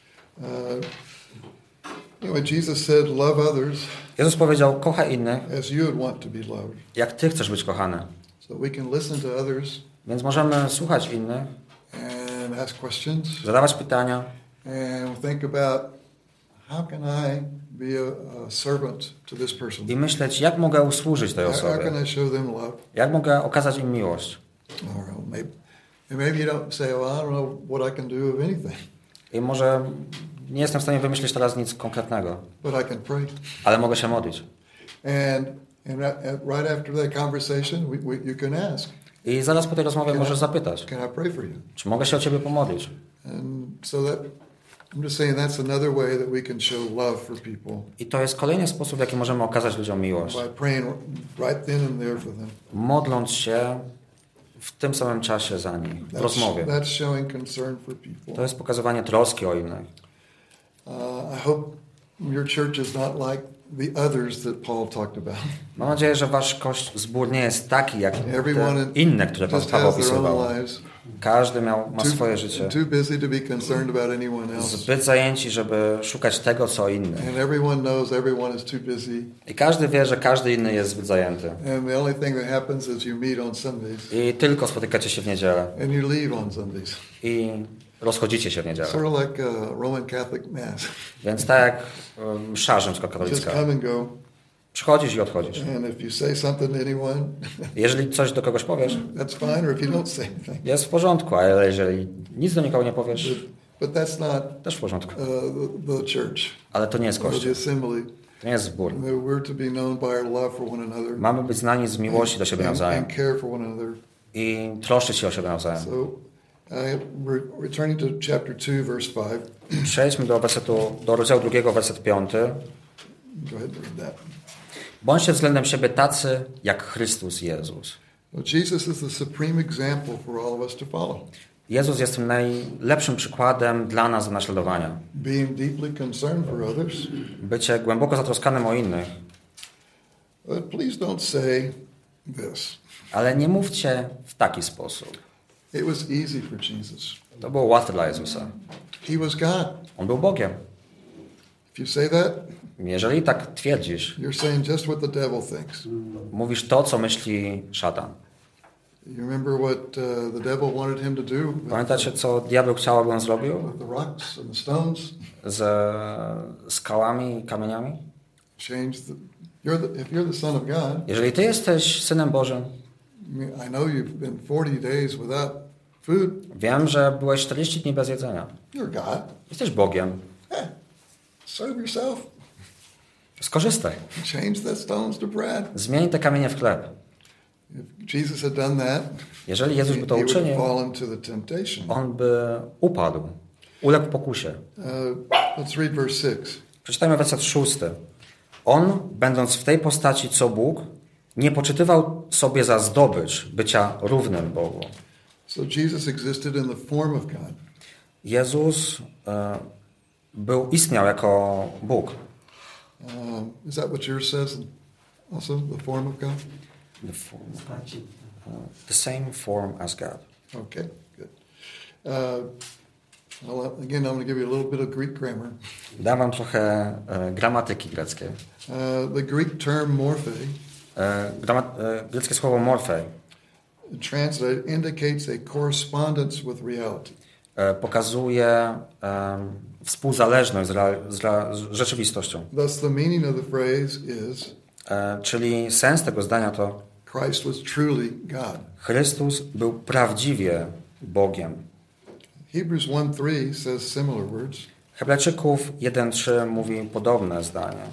Anyway, Jesus said, love others. Jezus powiedział, kochaj innych, as you would want to be loved. Jak ty chcesz być kochany. So we can listen to others. Więc możemy słuchać innych. And ask questions. Zadawać pytania. And think about how can I be a servant to this person. I myśleć, jak mogę usłużyć tej osobie. How can I show them love? Jak mogę okazać im miłość. Or And maybe you don't say, well, I don't know what I can do of anything. I może nie jestem w stanie wymyślić teraz nic konkretnego, But I can pray. ale mogę się modlić. And right after that conversation, you can ask. I zaraz po tej rozmowie możesz zapytać, Can I pray for you? czy mogę się o ciebie pomodlić. And so that I'm just saying that's another way that we can show love for people. I to jest kolejny sposób, w jaki możemy okazać ludziom miłość. By praying right then and there for them. Modląc się w tym samym czasie za nich, w rozmowie. That's showing concern for people. To jest pokazywanie troski o innych. I hope your church is not like the others that Paul talked about. Mam nadzieję, że wasz zbór nie jest taki jak te inne, które Paweł opisywał. Każdy ma swoje życie. Too busy to be concerned about anyone else. Zbyt zajęci, żeby szukać tego, co inny. And everyone knows everyone is too busy. I każdy wie, że każdy inny jest zbyt zajęty. And the only thing that happens is you meet on Sundays. I tylko spotykacie się w niedzielę. And you leave on Sundays. I rozchodzicie się w niedzielę. Sort of like a Roman Catholic Mass. Więc tak jak msza rzymskokatolicka. Just come and go. Przychodzisz i odchodzisz. And if you say something to anyone, jeżeli coś do kogoś powiesz, that's fine, or if you don't say anything. Jest w porządku, ale jeżeli nic do nikogo nie powiesz, but that's not też w porządku. The church. Ale to nie jest Or Kościół. the assembly. To nie jest zbór. We're to be known by our love for one another. Mamy być znani z miłości do siebie nawzajem. And care for one another. I troszczyć się o siebie nawzajem. So, returning to chapter 2, verse 5. Przejdźmy do rozdziału 2, werset 5. Go ahead and read that. Bądźcie względem siebie tacy, jak Chrystus Jezus. Jesus is the supreme example for all of us to follow. Jezus jest tym najlepszym przykładem dla nas do naśladowania. Being deeply concerned for others. Bycie głęboko zatroskanym o innych. But please don't say this. Ale nie mówcie w taki sposób. It was easy for Jesus. To było łatwe dla Jezusa. He was God. On był Bogiem. If you say that, jeżeli tak twierdzisz, you're saying just what the devil thinks. Mówisz to, co myśli szatan. You remember what the devil wanted him to do? Pamiętacie, co diabeł chciał, aby on zrobił? With the rocks and the stones. Ze skałami i kamieniami? If you're the son of God. Jeżeli ty jesteś synem Bożym. I know you've been 40 days without food. Wiem, że byłeś 40 dni bez jedzenia. You're God. Jesteś Bogiem. Hey, serve yourself. Skorzystaj. Change the stones to bread. Zmień te kamienie w chleb. If Jesus had done that, jeżeli Jezus by to uczynił, on by upadł, uległ pokusie. Let's read verse 6. Przeczytajmy werset 6. On, będąc w tej postaci co Bóg, nie poczytywał sobie za zdobycz bycia równym Bogu. So Jesus existed in the form of God. Jezus istniał jako Bóg. Is that what yours says? Also, the form of God? The same form as God. Okay, good. Again, I'm going to give you a little bit of Greek grammar. Dam wam trochę gramatyki greckiej. The Greek term morphe. Greckie słowo morphei. Translated indicates a correspondence with reality. Pokazuje współzależność z rzeczywistością. Thus the meaning of the phrase is, czyli sens tego zdania to Christ was truly God. Chrystus był prawdziwie Bogiem. Hebrews 1:3 says similar words. Hebrajczyków 1:3 mówi podobne zdanie.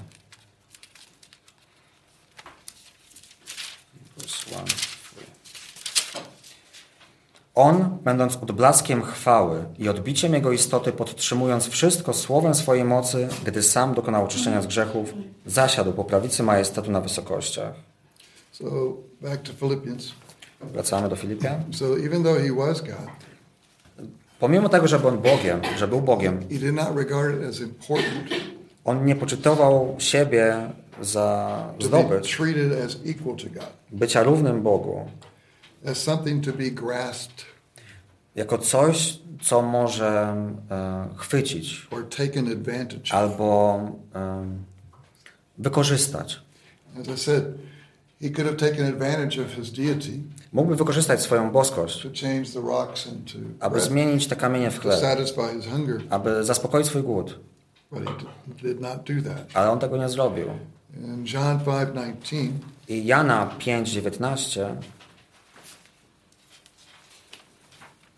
On, będąc odblaskiem chwały i odbiciem Jego istoty, podtrzymując wszystko słowem swojej mocy, gdy sam dokonał oczyszczenia z grzechów, zasiadł po prawicy majestatu na wysokościach. So, back to Philippians. Wracamy do Filipian. So, even though he was God, pomimo tego, że był Bogiem, he did not regard it as important. On nie poczytował siebie za zdobycz, bycia równym Bogu, as something to be grasped, jako coś, co może chwycić or taken advantage, albo wykorzystać. As I said, he could have taken advantage of his deity. Mógłby wykorzystać swoją boskość, to change the rocks into aby zmienić te kamienie w chleb, satisfy his hunger. Aby zaspokoić swój głód. But he did not do that. Ale on tego nie zrobił. In John 5:19, i Jana 5:19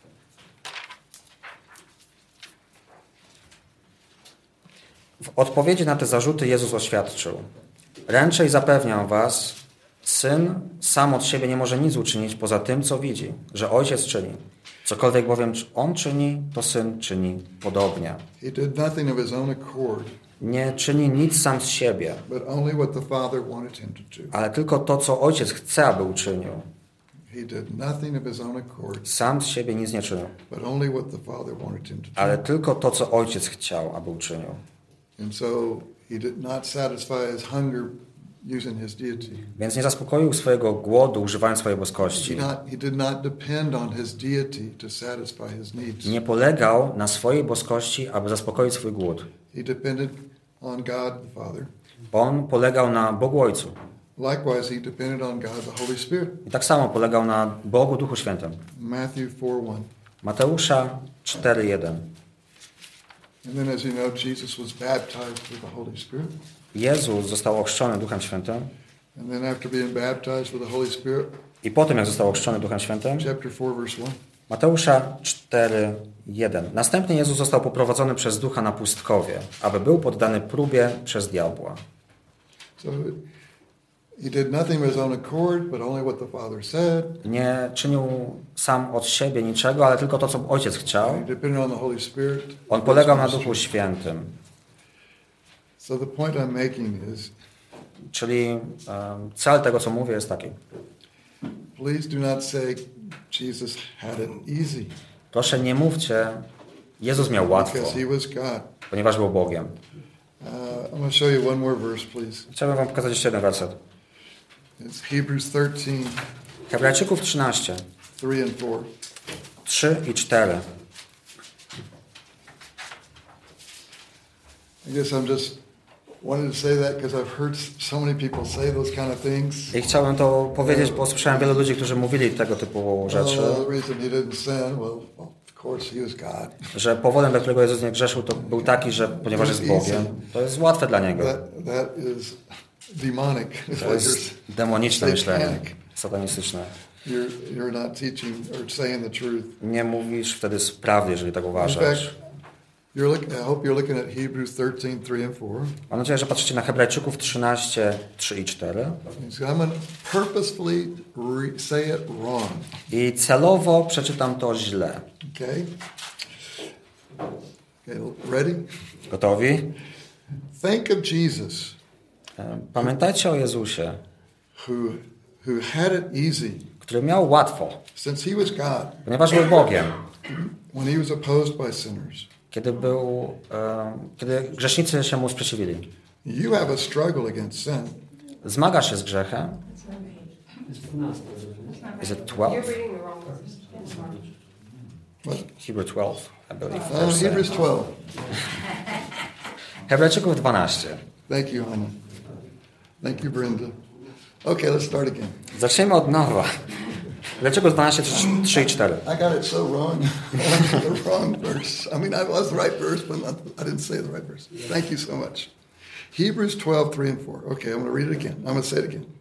W odpowiedzi na te zarzuty Jezus oświadczył: ręczę i zapewniam was, Syn sam od siebie nie może nic uczynić poza tym, co widzi, że Ojciec czyni. Cokolwiek bowiem On czyni, to Syn czyni podobnie. He did nothing of his own accord, Nie czyni nic sam z siebie, but only what the Father wanted him to do. ale tylko to, co Ojciec chce, aby uczynił. He did nothing of his own accord, Sam z siebie nic nie czynił, but only what the Father wanted him to do. ale tylko to, co Ojciec chciał, aby uczynił. And so he did not satisfy his hunger using his deity. Więc nie zaspokoił swojego głodu, używając swojej boskości. He did not depend on his deity to satisfy his needs. Nie polegał na swojej boskości, aby zaspokoić swój głód. He depended on God the Father. On polegał na Bogu Ojcu. Likewise, he depended on God the Holy Spirit. I tak samo polegał na Bogu Duchu Świętym. Matthew 4:1. Mateusza 4:1. And then, as you know, Jesus was baptized with the Holy Spirit. Jezus został ochrzczony Duchem Świętym. And then, after being baptized with the Holy Spirit, I po tym, jak został ochrzczony Duchem Świętym, chapter 4, verse 1. Mateusza 4:1. Następnie Jezus został poprowadzony przez Ducha na pustkowie, aby był poddany próbie przez diabła. So he did nothing of his own accord, but only what the Father said. Nie czynił sam od siebie niczego, ale tylko to, co Ojciec chciał. He depended on the Holy Spirit. On polegał na Duchu Świętym. So the point I'm making is, Czyli cel tego, co mówię, jest taki. please do not say Jesus had it easy, Proszę, nie mówcie, Jezus miał łatwo, because he was God. ponieważ był Bogiem. I'm going to show you one more verse, please. Chciałbym wam pokazać jeszcze jeden werset. It's Hebrews 13, Hebrajczyków 13, 3 and 4. 3 i 4. I guess I'm just wanted to say that because I've heard so many people say those kind of things. I chciałbym to powiedzieć, bo słyszałem wielu ludzi, którzy mówili tego typu rzeczy, The reason he didn't sin, well, of course he was God. że powodem, dla którego Jezus nie grzeszył, to był taki, że ponieważ jest Bogiem, to jest łatwe dla Niego. That is demonic. To jest demoniczne myślenie, Satanic. satanistyczne. You're not teaching or saying the truth. Nie mówisz wtedy prawdy, jeżeli tak In uważasz. fact, I hope you're looking at Hebrews 13, 3 and 4. Mam nadzieję, że patrzycie na Hebrajczyków 13, 3 i 4. So I'm going to purposefully say it wrong. I celowo przeczytam to źle. Okay? Ready? Gotowi? Think of Jesus, Pamiętajcie o Jezusie, who had it easy, który miał łatwo, since he was God, ponieważ był Bogiem. when he was opposed by sinners. Kiedy grzesznicy się mu sprzeciwili. You have a struggle against sin. Zmagasz się z grzechem. Is it 12? You're reading the wrong verse. Hebrew 12, I believe. Hebrews 12. Hebrajczyków 12. Thank you, Hannah. Thank you, Brenda. Okay, let's start again. Zaczniemy od nowa. Hebrajczyków 12, 3 i 4. I got it so wrong. The wrong verse. I mean, I was the right verse, but I didn't say the right verse. Thank you so much. Hebrews 12, 3 and 4. Okay, I'm going to read it again. I'm going to say it again.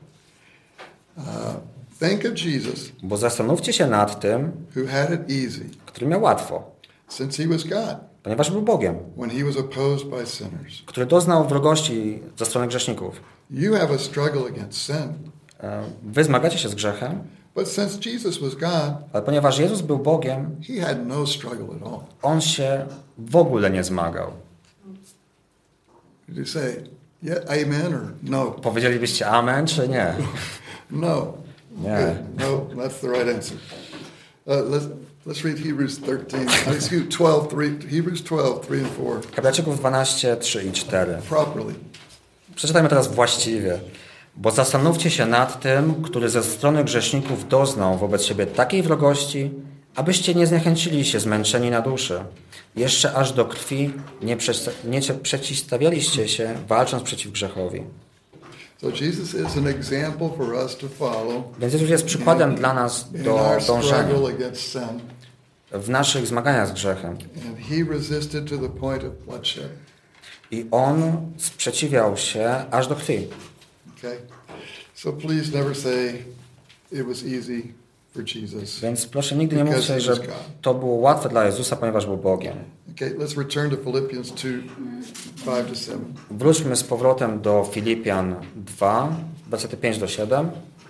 Think of Jesus, Bo zastanówcie się nad tym, who had it easy, który miał łatwo, since he was God, ponieważ był Bogiem, when he was opposed by sinners. który doznał wrogości ze strony grzeszników. You have a struggle against sin, Wy zmagacie się z grzechem, but since Jesus was God, ale ponieważ Jezus był Bogiem, he had no struggle at all. On się w ogóle nie zmagał. Did you say, yeah, amen or no? Powiedzielibyście amen, czy nie? No. Nie. Good. No, that's the right answer. Let's read Hebrews 12, 3, Hebrews 12, 3 and 4 Hebrajczyków 12, 3 i 4. properly. Przeczytajmy teraz właściwie. Bo zastanówcie się nad tym, który ze strony grzeszników doznał wobec siebie takiej wrogości, abyście nie zniechęcili się zmęczeni na duszy. Jeszcze aż do krwi nie przeciwstawialiście się, walcząc przeciw grzechowi. So Jesus is an example for us to follow Więc Jezus jest przykładem dla nas in do our dążenia struggle against sin. w naszych zmaganiach z grzechem. And he resisted to the point of bloodshed. I On sprzeciwiał się aż do krwi. Okay? So please never say it was easy for Jesus. Więc proszę nigdy nie mówcie, że to było łatwe dla Jezusa, ponieważ był Bogiem. Okay, let's return to Philippians 2. 5-7. Wróćmy z powrotem do Filipian 2, wersety 5-7.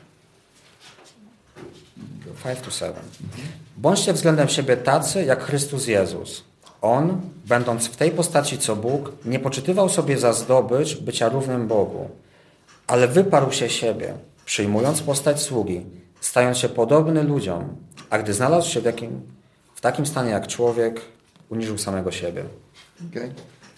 5-7. Bądźcie względem siebie tacy, jak Chrystus Jezus. On, będąc w tej postaci co Bóg, nie poczytywał sobie za zdobycz bycia równym Bogu, ale wyparł się siebie, przyjmując postać sługi, stając się podobny ludziom, a gdy znalazł się w takim stanie jak człowiek, uniżył samego siebie. Okay.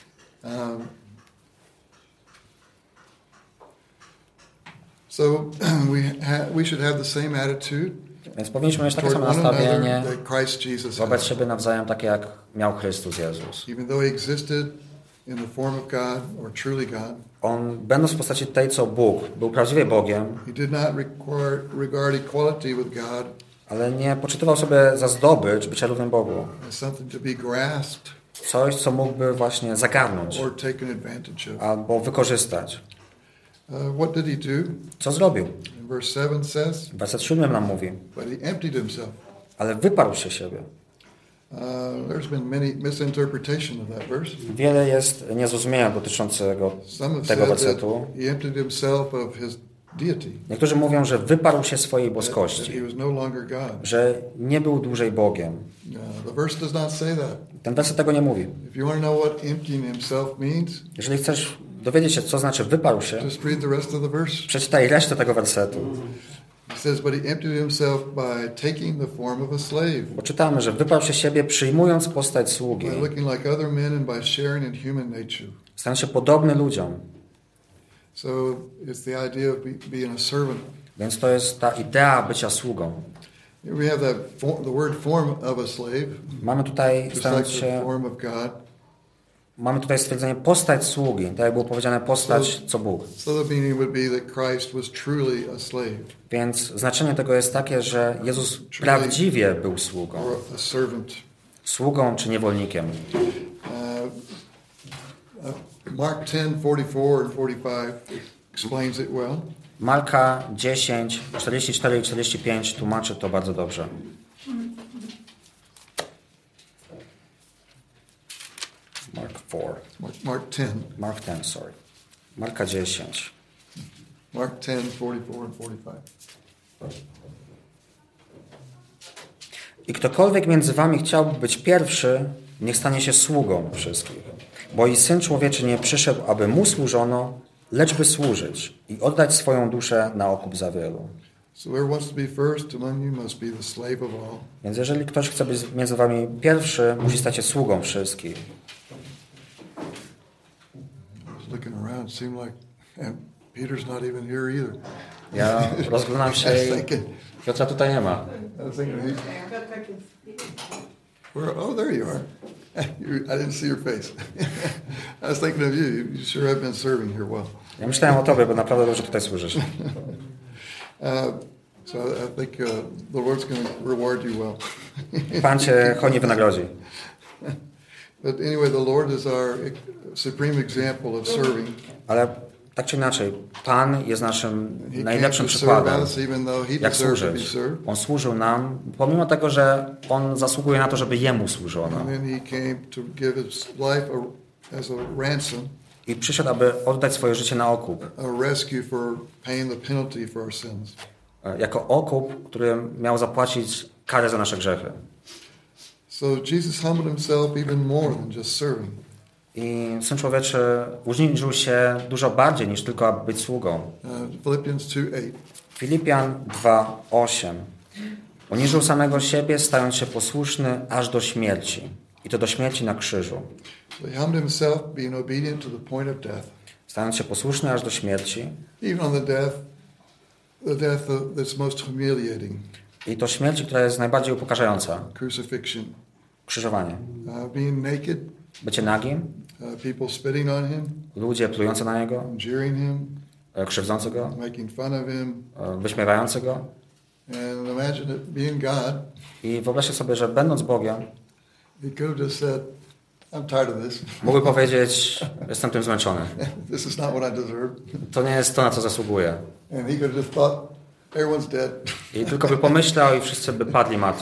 So we should have the same attitude Więc powinniśmy mieć takie toward samo one another nastawienie that Christ Jesus wobec had. siebie nawzajem, takie jak miał Chrystus Jezus. Even though he existed in the form of God or truly God, On, będąc w postaci tej, co Bóg, był prawdziwie Bogiem, he did not regard equality with God ale nie poczytywał sobie za zdobycz bycia równym Bogu. as something to be grasped Coś, co mógłby właśnie zagarnąć or taken advantage of. albo wykorzystać. What did he do? Co zrobił? In verse 7 says, Werset 7 nam mówi, but he emptied himself. ale wyparł się siebie. There's been many misinterpretation of that verse. Wiele jest niezrozumienia dotyczącego Some have tego said that wersetu. he emptied himself of his deity, Niektórzy mówią, że wyparł się swojej that boskości, he was no longer God. że nie był dłużej Bogiem. The verse does not say that. Ten werset tego nie mówi. If you want to know what emptying himself means, Jeżeli chcesz dowiedzieć się, co znaczy wyparł się, just read the rest of the verse. przeczytaj resztę tego wersetu. He says, but he emptied himself by taking the form of a slave, Bo czytamy, że wyparł się siebie, przyjmując postać sługi, by looking like other men and by sharing in human nature. stając się podobny ludziom. So it's the idea of being a servant. Więc to jest ta idea bycia sługą. Here we have the word form of a slave, Mamy tutaj, just stając like the się, form of God. mamy tutaj stwierdzenie postać sługi, tak jak było powiedziane postać co Bóg. So the meaning would be that Christ was truly a slave Więc znaczenie tego jest takie, że Jezus prawdziwie był sługą. or a servant. Sługą czy niewolnikiem. Mark 10:44 and 45 explains it well. Marka 10, 44 i 45 tłumaczy to bardzo dobrze. Mark 4. Mark 10. Mark 10, sorry. Marka 10. Mark 10:44 and 45. I ktokolwiek między wami chciałby być pierwszy, niech stanie się sługą wszystkich. Bo i Syn Człowieczy nie przyszedł, aby mu służono, lecz by służyć i oddać swoją duszę na okup za wielu. So whoever wants to be first among you must be the slave of all. Więc jeżeli ktoś chce być między wami pierwszy, musi stać się sługą wszystkich. I was looking around, it seemed like and Peter's not even here either. Ja rozglądam się I was i thinking, Piotra tutaj nie ma. I was thinking oh, there you are. I didn't see your face. I was thinking of you. You sure have been serving here well. Ja myślałem o tobie, bo naprawdę dobrze tutaj służysz. So I think the Lord's going to reward you well. Pan cię hojnie wynagrodzi. But anyway, the Lord is our supreme example of serving. Ale tak czy inaczej, Pan jest naszym He najlepszym came to serve przykładem, us even though he jak deserved to be służyć. served. On służył nam, pomimo tego, że On zasługuje na to, żeby Jemu służono. And then he came to give his life as a ransom, I przyszedł, aby oddać swoje życie na okup. a rescue for paying the penalty for our sins. Jako okup, który miał zapłacić karę za nasze grzechy. So Jesus humbled himself even more than just serving. I Syn Człowieczy uniżył się dużo bardziej niż tylko aby być sługą. Philippians 2:8. Filipian 2:8. Uniżył samego siebie, stając się posłuszny aż do śmierci. I to do śmierci na krzyżu. So he humbled himself, being obedient to the point of death. Stając się posłuszny aż do śmierci. Even on the death that's most humiliating. I to śmierci, która jest najbardziej upokarzająca. Crucifixion. Krzyżowanie. Being naked. Bycie nagim. People spitting on him. Ludzie plujący na niego. Jeering him. Krzywdzący go. Making fun of him. Wyśmiewający go. And imagine it being God. I wyobraźcie sobie, że będąc Bogiem, he could have just said, I'm tired of this. Mógłby powiedzieć, jestem tym zmęczony. This is not what I deserve. To nie jest to, na co zasługuję. And he could have just thought, everyone's dead. I tylko by pomyślał i wszyscy by padli martwi.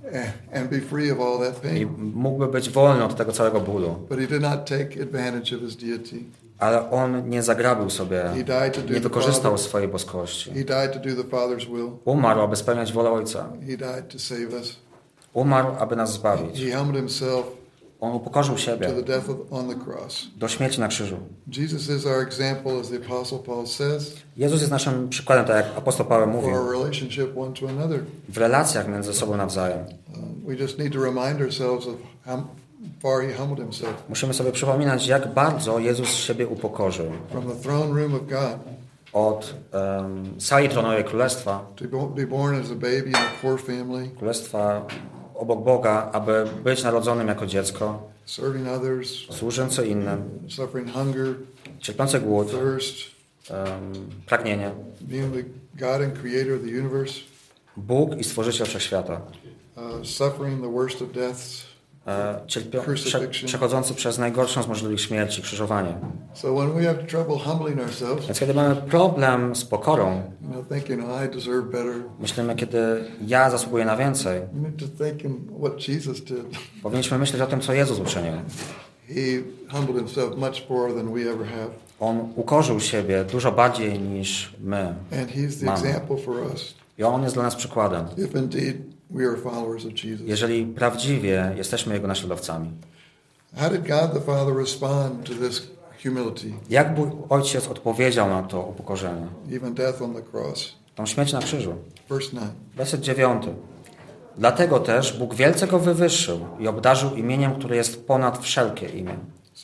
and be free of all that I pain. mógłby być wolny od tego całego bólu. But he did not take advantage of his deity. Ale on nie zagrabił sobie, nie wykorzystał swojej boskości. He died to do the Father's will. Umarł, aby spełniać wolę Ojca. He died to save us. Umarł, aby nas zbawić. He humbled himself On upokorzył siebie to the death on the cross. do śmierci na krzyżu. Jesus is our example, as the Apostle Paul says, Jezus jest naszym przykładem, tak jak apostoł Paweł for mówił, our relationship one to another. w relacjach między sobą nawzajem. We just need to remind ourselves of how far he humbled himself. Musimy sobie przypominać, jak bardzo Jezus siebie upokorzył. From the throne room of God Od sali tronowej królestwa, to be born as a baby in a poor family, królestwa obok Boga, aby być narodzonym jako dziecko, serving others, służący innym, suffering hunger, cierpiący głód, thirst, pragnienie. being the God and creator of the universe, Bóg i Stworzyciel Wszechświata, suffering the worst of deaths, przechodzący przez najgorszą z możliwych śmierci, krzyżowanie. So when we have trouble humbling ourselves, Więc kiedy mamy problem z pokorą, thinking, I deserve better, myślimy, kiedy ja zasługuję na więcej, we need to think what Jesus did. powinniśmy myśleć o tym, co Jezus uczynił. He humbled himself much more than we ever have. On ukorzył siebie dużo bardziej niż my And he's the mamy. example for us. I on jest dla nas przykładem, If indeed we are followers of Jesus. jeżeli prawdziwie jesteśmy Jego naśladowcami. How did God the Father respond to this humility, Jak Bóg Ojciec odpowiedział na to upokorzenie? even death on the cross? Tą śmierć na krzyżu. Verse 9. Werset 9. Dlatego też Bóg wielce Go wywyższył i obdarzył imieniem, które jest ponad wszelkie imię.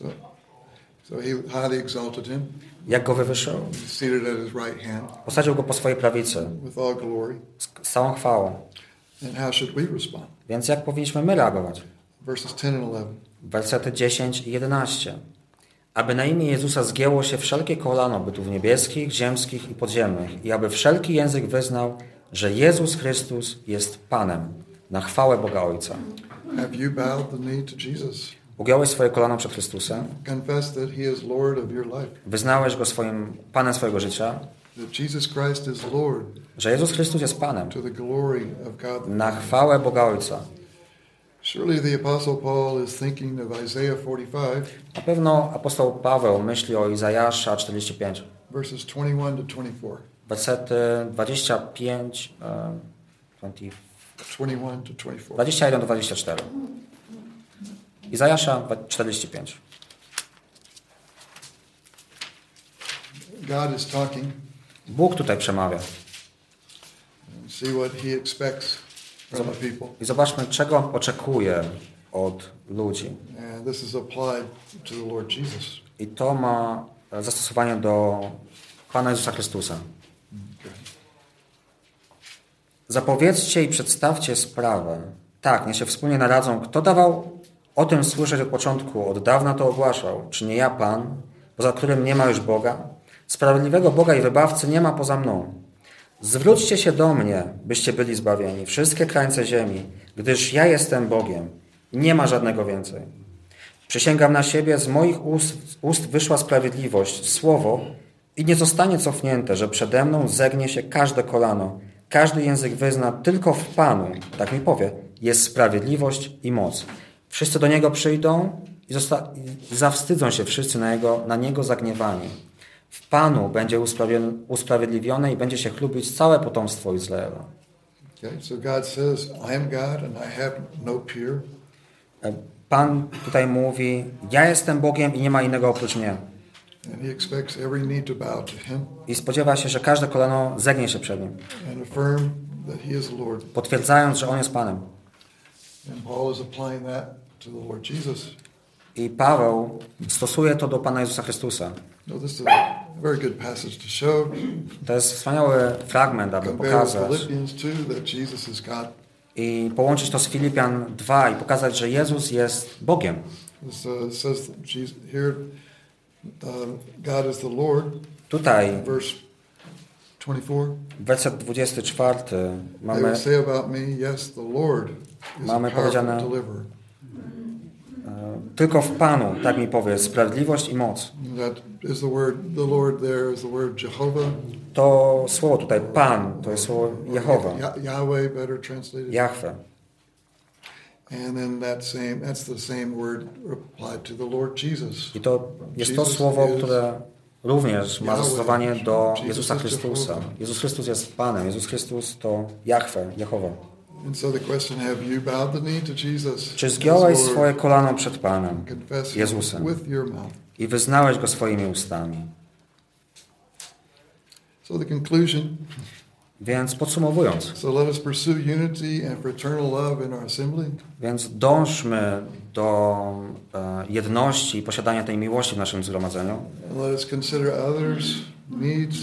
So he highly exalted him, Jak Go wywyższył? seated at his right hand Posadził Go po swojej prawicy with all glory. z całą chwałą. And how should we respond? Więc jak powinniśmy my reagować? Verses 10 and 11. Wersety 10 i 11. Aby na imię Jezusa zgięło się wszelkie kolano bytów niebieskich, ziemskich i podziemnych i aby wszelki język wyznał, że Jezus Chrystus jest Panem, na chwałę Boga Ojca. Have you bowed the knee to Jesus? Ugiąłeś swoje kolano przed Chrystusem, Confess that he is Lord of your life. wyznałeś Go swoim Panem swojego życia, That Jesus Christ is Lord że Jezus Chrystus jest Panem, to the glory of God. na chwałę Boga Ojca. Surely the Apostle Paul is thinking of Isaiah 45, Na pewno apostoł Paweł myśli o Izajasza 45, verses 21 to 24. wersety 25, 21 to 24. 21 do 24. Izajasza 45. God is talking. Bóg tutaj przemawia. See what he expects from the people. I zobaczmy, czego on oczekuje od ludzi. And this is applied to the Lord Jesus. I to ma zastosowanie do Pana Jezusa Chrystusa. Zapowiedzcie i przedstawcie sprawę. Tak, niech się wspólnie naradzą. Kto dawał o tym słyszeć od początku? Od dawna to ogłaszał. Czy nie ja Pan, poza którym nie ma już Boga? Sprawiedliwego Boga i wybawcy nie ma poza mną. Zwróćcie się do mnie, byście byli zbawieni, wszystkie krańce ziemi, gdyż ja jestem Bogiem. Nie ma żadnego więcej. Przysięgam na siebie, z moich ust wyszła sprawiedliwość, słowo i nie zostanie cofnięte, że przede mną zegnie się każde kolano, każdy język wyzna, tylko w Panu, tak mi powie, jest sprawiedliwość i moc. Wszyscy do Niego przyjdą i zawstydzą się wszyscy na Niego zagniewani. W Panu będzie usprawiedliwione i będzie się chlubić całe potomstwo Izraela. Okay, so God says, I am God and I have no peer. Pan tutaj mówi, ja jestem Bogiem i nie ma innego oprócz mnie. And he expects every knee to bow to him I spodziewa się, że każde kolano zegnie się przed Nim, and affirm that he is Lord. potwierdzając, że On jest Panem. And Paul is applying that to the Lord Jesus. I Paweł stosuje to do Pana Jezusa Chrystusa. No, this is a very good passage to show. To jest wspaniały fragment, aby Compare with pokazać Philippians 2 that Jesus is God. i połączyć to z Filipian 2 i pokazać, że Jezus jest Bogiem. This says that Jesus, here God is the Lord. Tutaj, Verse 24. werset 24, They mamy, will say about me, yes, the Lord is a Mamy powerful powiedziane- deliverer. tylko w Panu, tak mi powie, sprawiedliwość i moc. That is the word, the Lord there is the word Jehovah. To słowo tutaj, Pan, to jest słowo Jehowa, Yahweh, better translated. Jahwe. And then that's the same word applied to the Lord Jesus. I to jest to słowo, które również ma zastosowanie do Jezusa Chrystusa. Jezus Chrystus jest Panem. Jezus Chrystus to Jahwe, Jehowa. And so the question, have you bowed the knee to Jesus? Czy zgiąłeś swoje kolano przed Panem, Confess Jezusem, with your mouth. i wyznałeś Go swoimi ustami? So the conclusion. Więc podsumowując, So let us pursue unity and fraternal love in our assembly. więc dążmy do jedności i posiadania tej miłości w naszym zgromadzeniu. And let us consider others' needs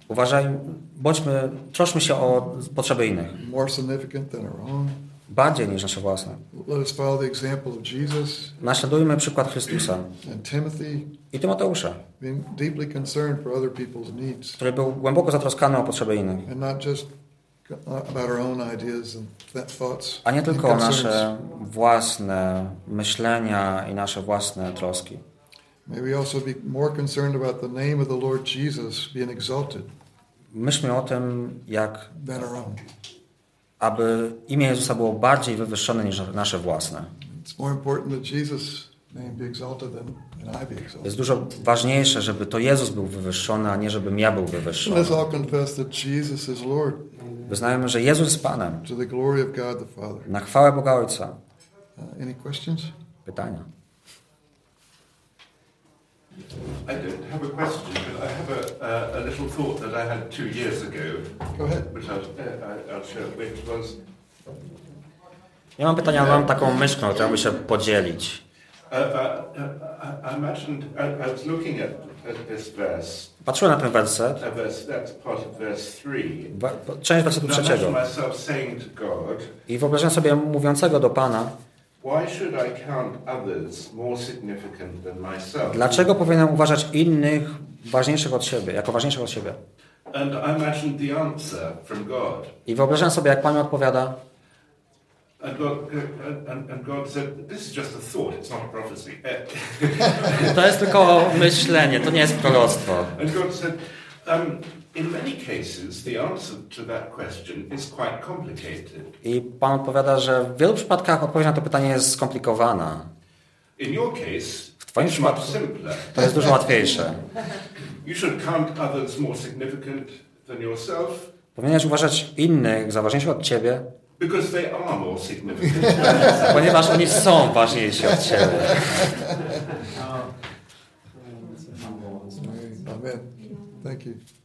troszmy się o potrzeby innych. more significant than our own. Bardziej niż nasze własne. Let us follow the example of Jesus Naśladujmy przykład Chrystusa and Timothy, i Tymoteusza, being deeply concerned for other people's needs, który był głęboko zatroskany o potrzeby innych. and not just about our own ideas and thoughts. A nie and tylko o concerns. nasze własne myślenia i nasze własne troski. May we also be more concerned about the name of the Lord Jesus being exalted Myślmy o tym, jak than our own. aby imię Jezusa było bardziej wywyższone niż nasze własne. It's more important that Jesus' name be exalted than I be exalted. Jest dużo ważniejsze, żeby to Jezus był wywyższony, a nie żebym ja był wywyższony. Let's all confess that Jesus is Lord Wyznajemy, że Jezus jest Panem. to the glory of God the Father. Na chwałę Boga Ojca. Any questions? Pytania. I don't have a question, but I have a little thought that I had 2 years ago, Go ahead. which I'll share, which was... Nie mam pytania, ale mam taką myśl, którą chciałbym się podzielić. I imagined, I was looking at this verse, Patrzyłem na ten werset, that's part of verse 3. część wersetu And I trzeciego. imagine myself saying to God, I wyobrażam sobie mówiącego do Pana, why should I count others more significant than myself? dlaczego powinienem uważać innych ważniejszych od siebie, jako ważniejszych od siebie? And I imagined the answer from God. I wyobrażam sobie, jak Pan mi odpowiada, And God said, this is just a thought, it's not a prophecy. to jest tylko myślenie, to nie jest proroctwo. And God said, in many cases, the answer to that question is quite complicated. I Pan odpowiada, że w wielu przypadkach odpowiedź na to pytanie jest skomplikowana. In your case, W twoim it's much przypadku simpler. to jest dużo łatwiejsze. You should count others more significant than yourself, Powinieneś uważać innych za ważniejszych od Ciebie, because they are more significant. ponieważ oni są ważniejsi od Ciebie. Amen. Thank you.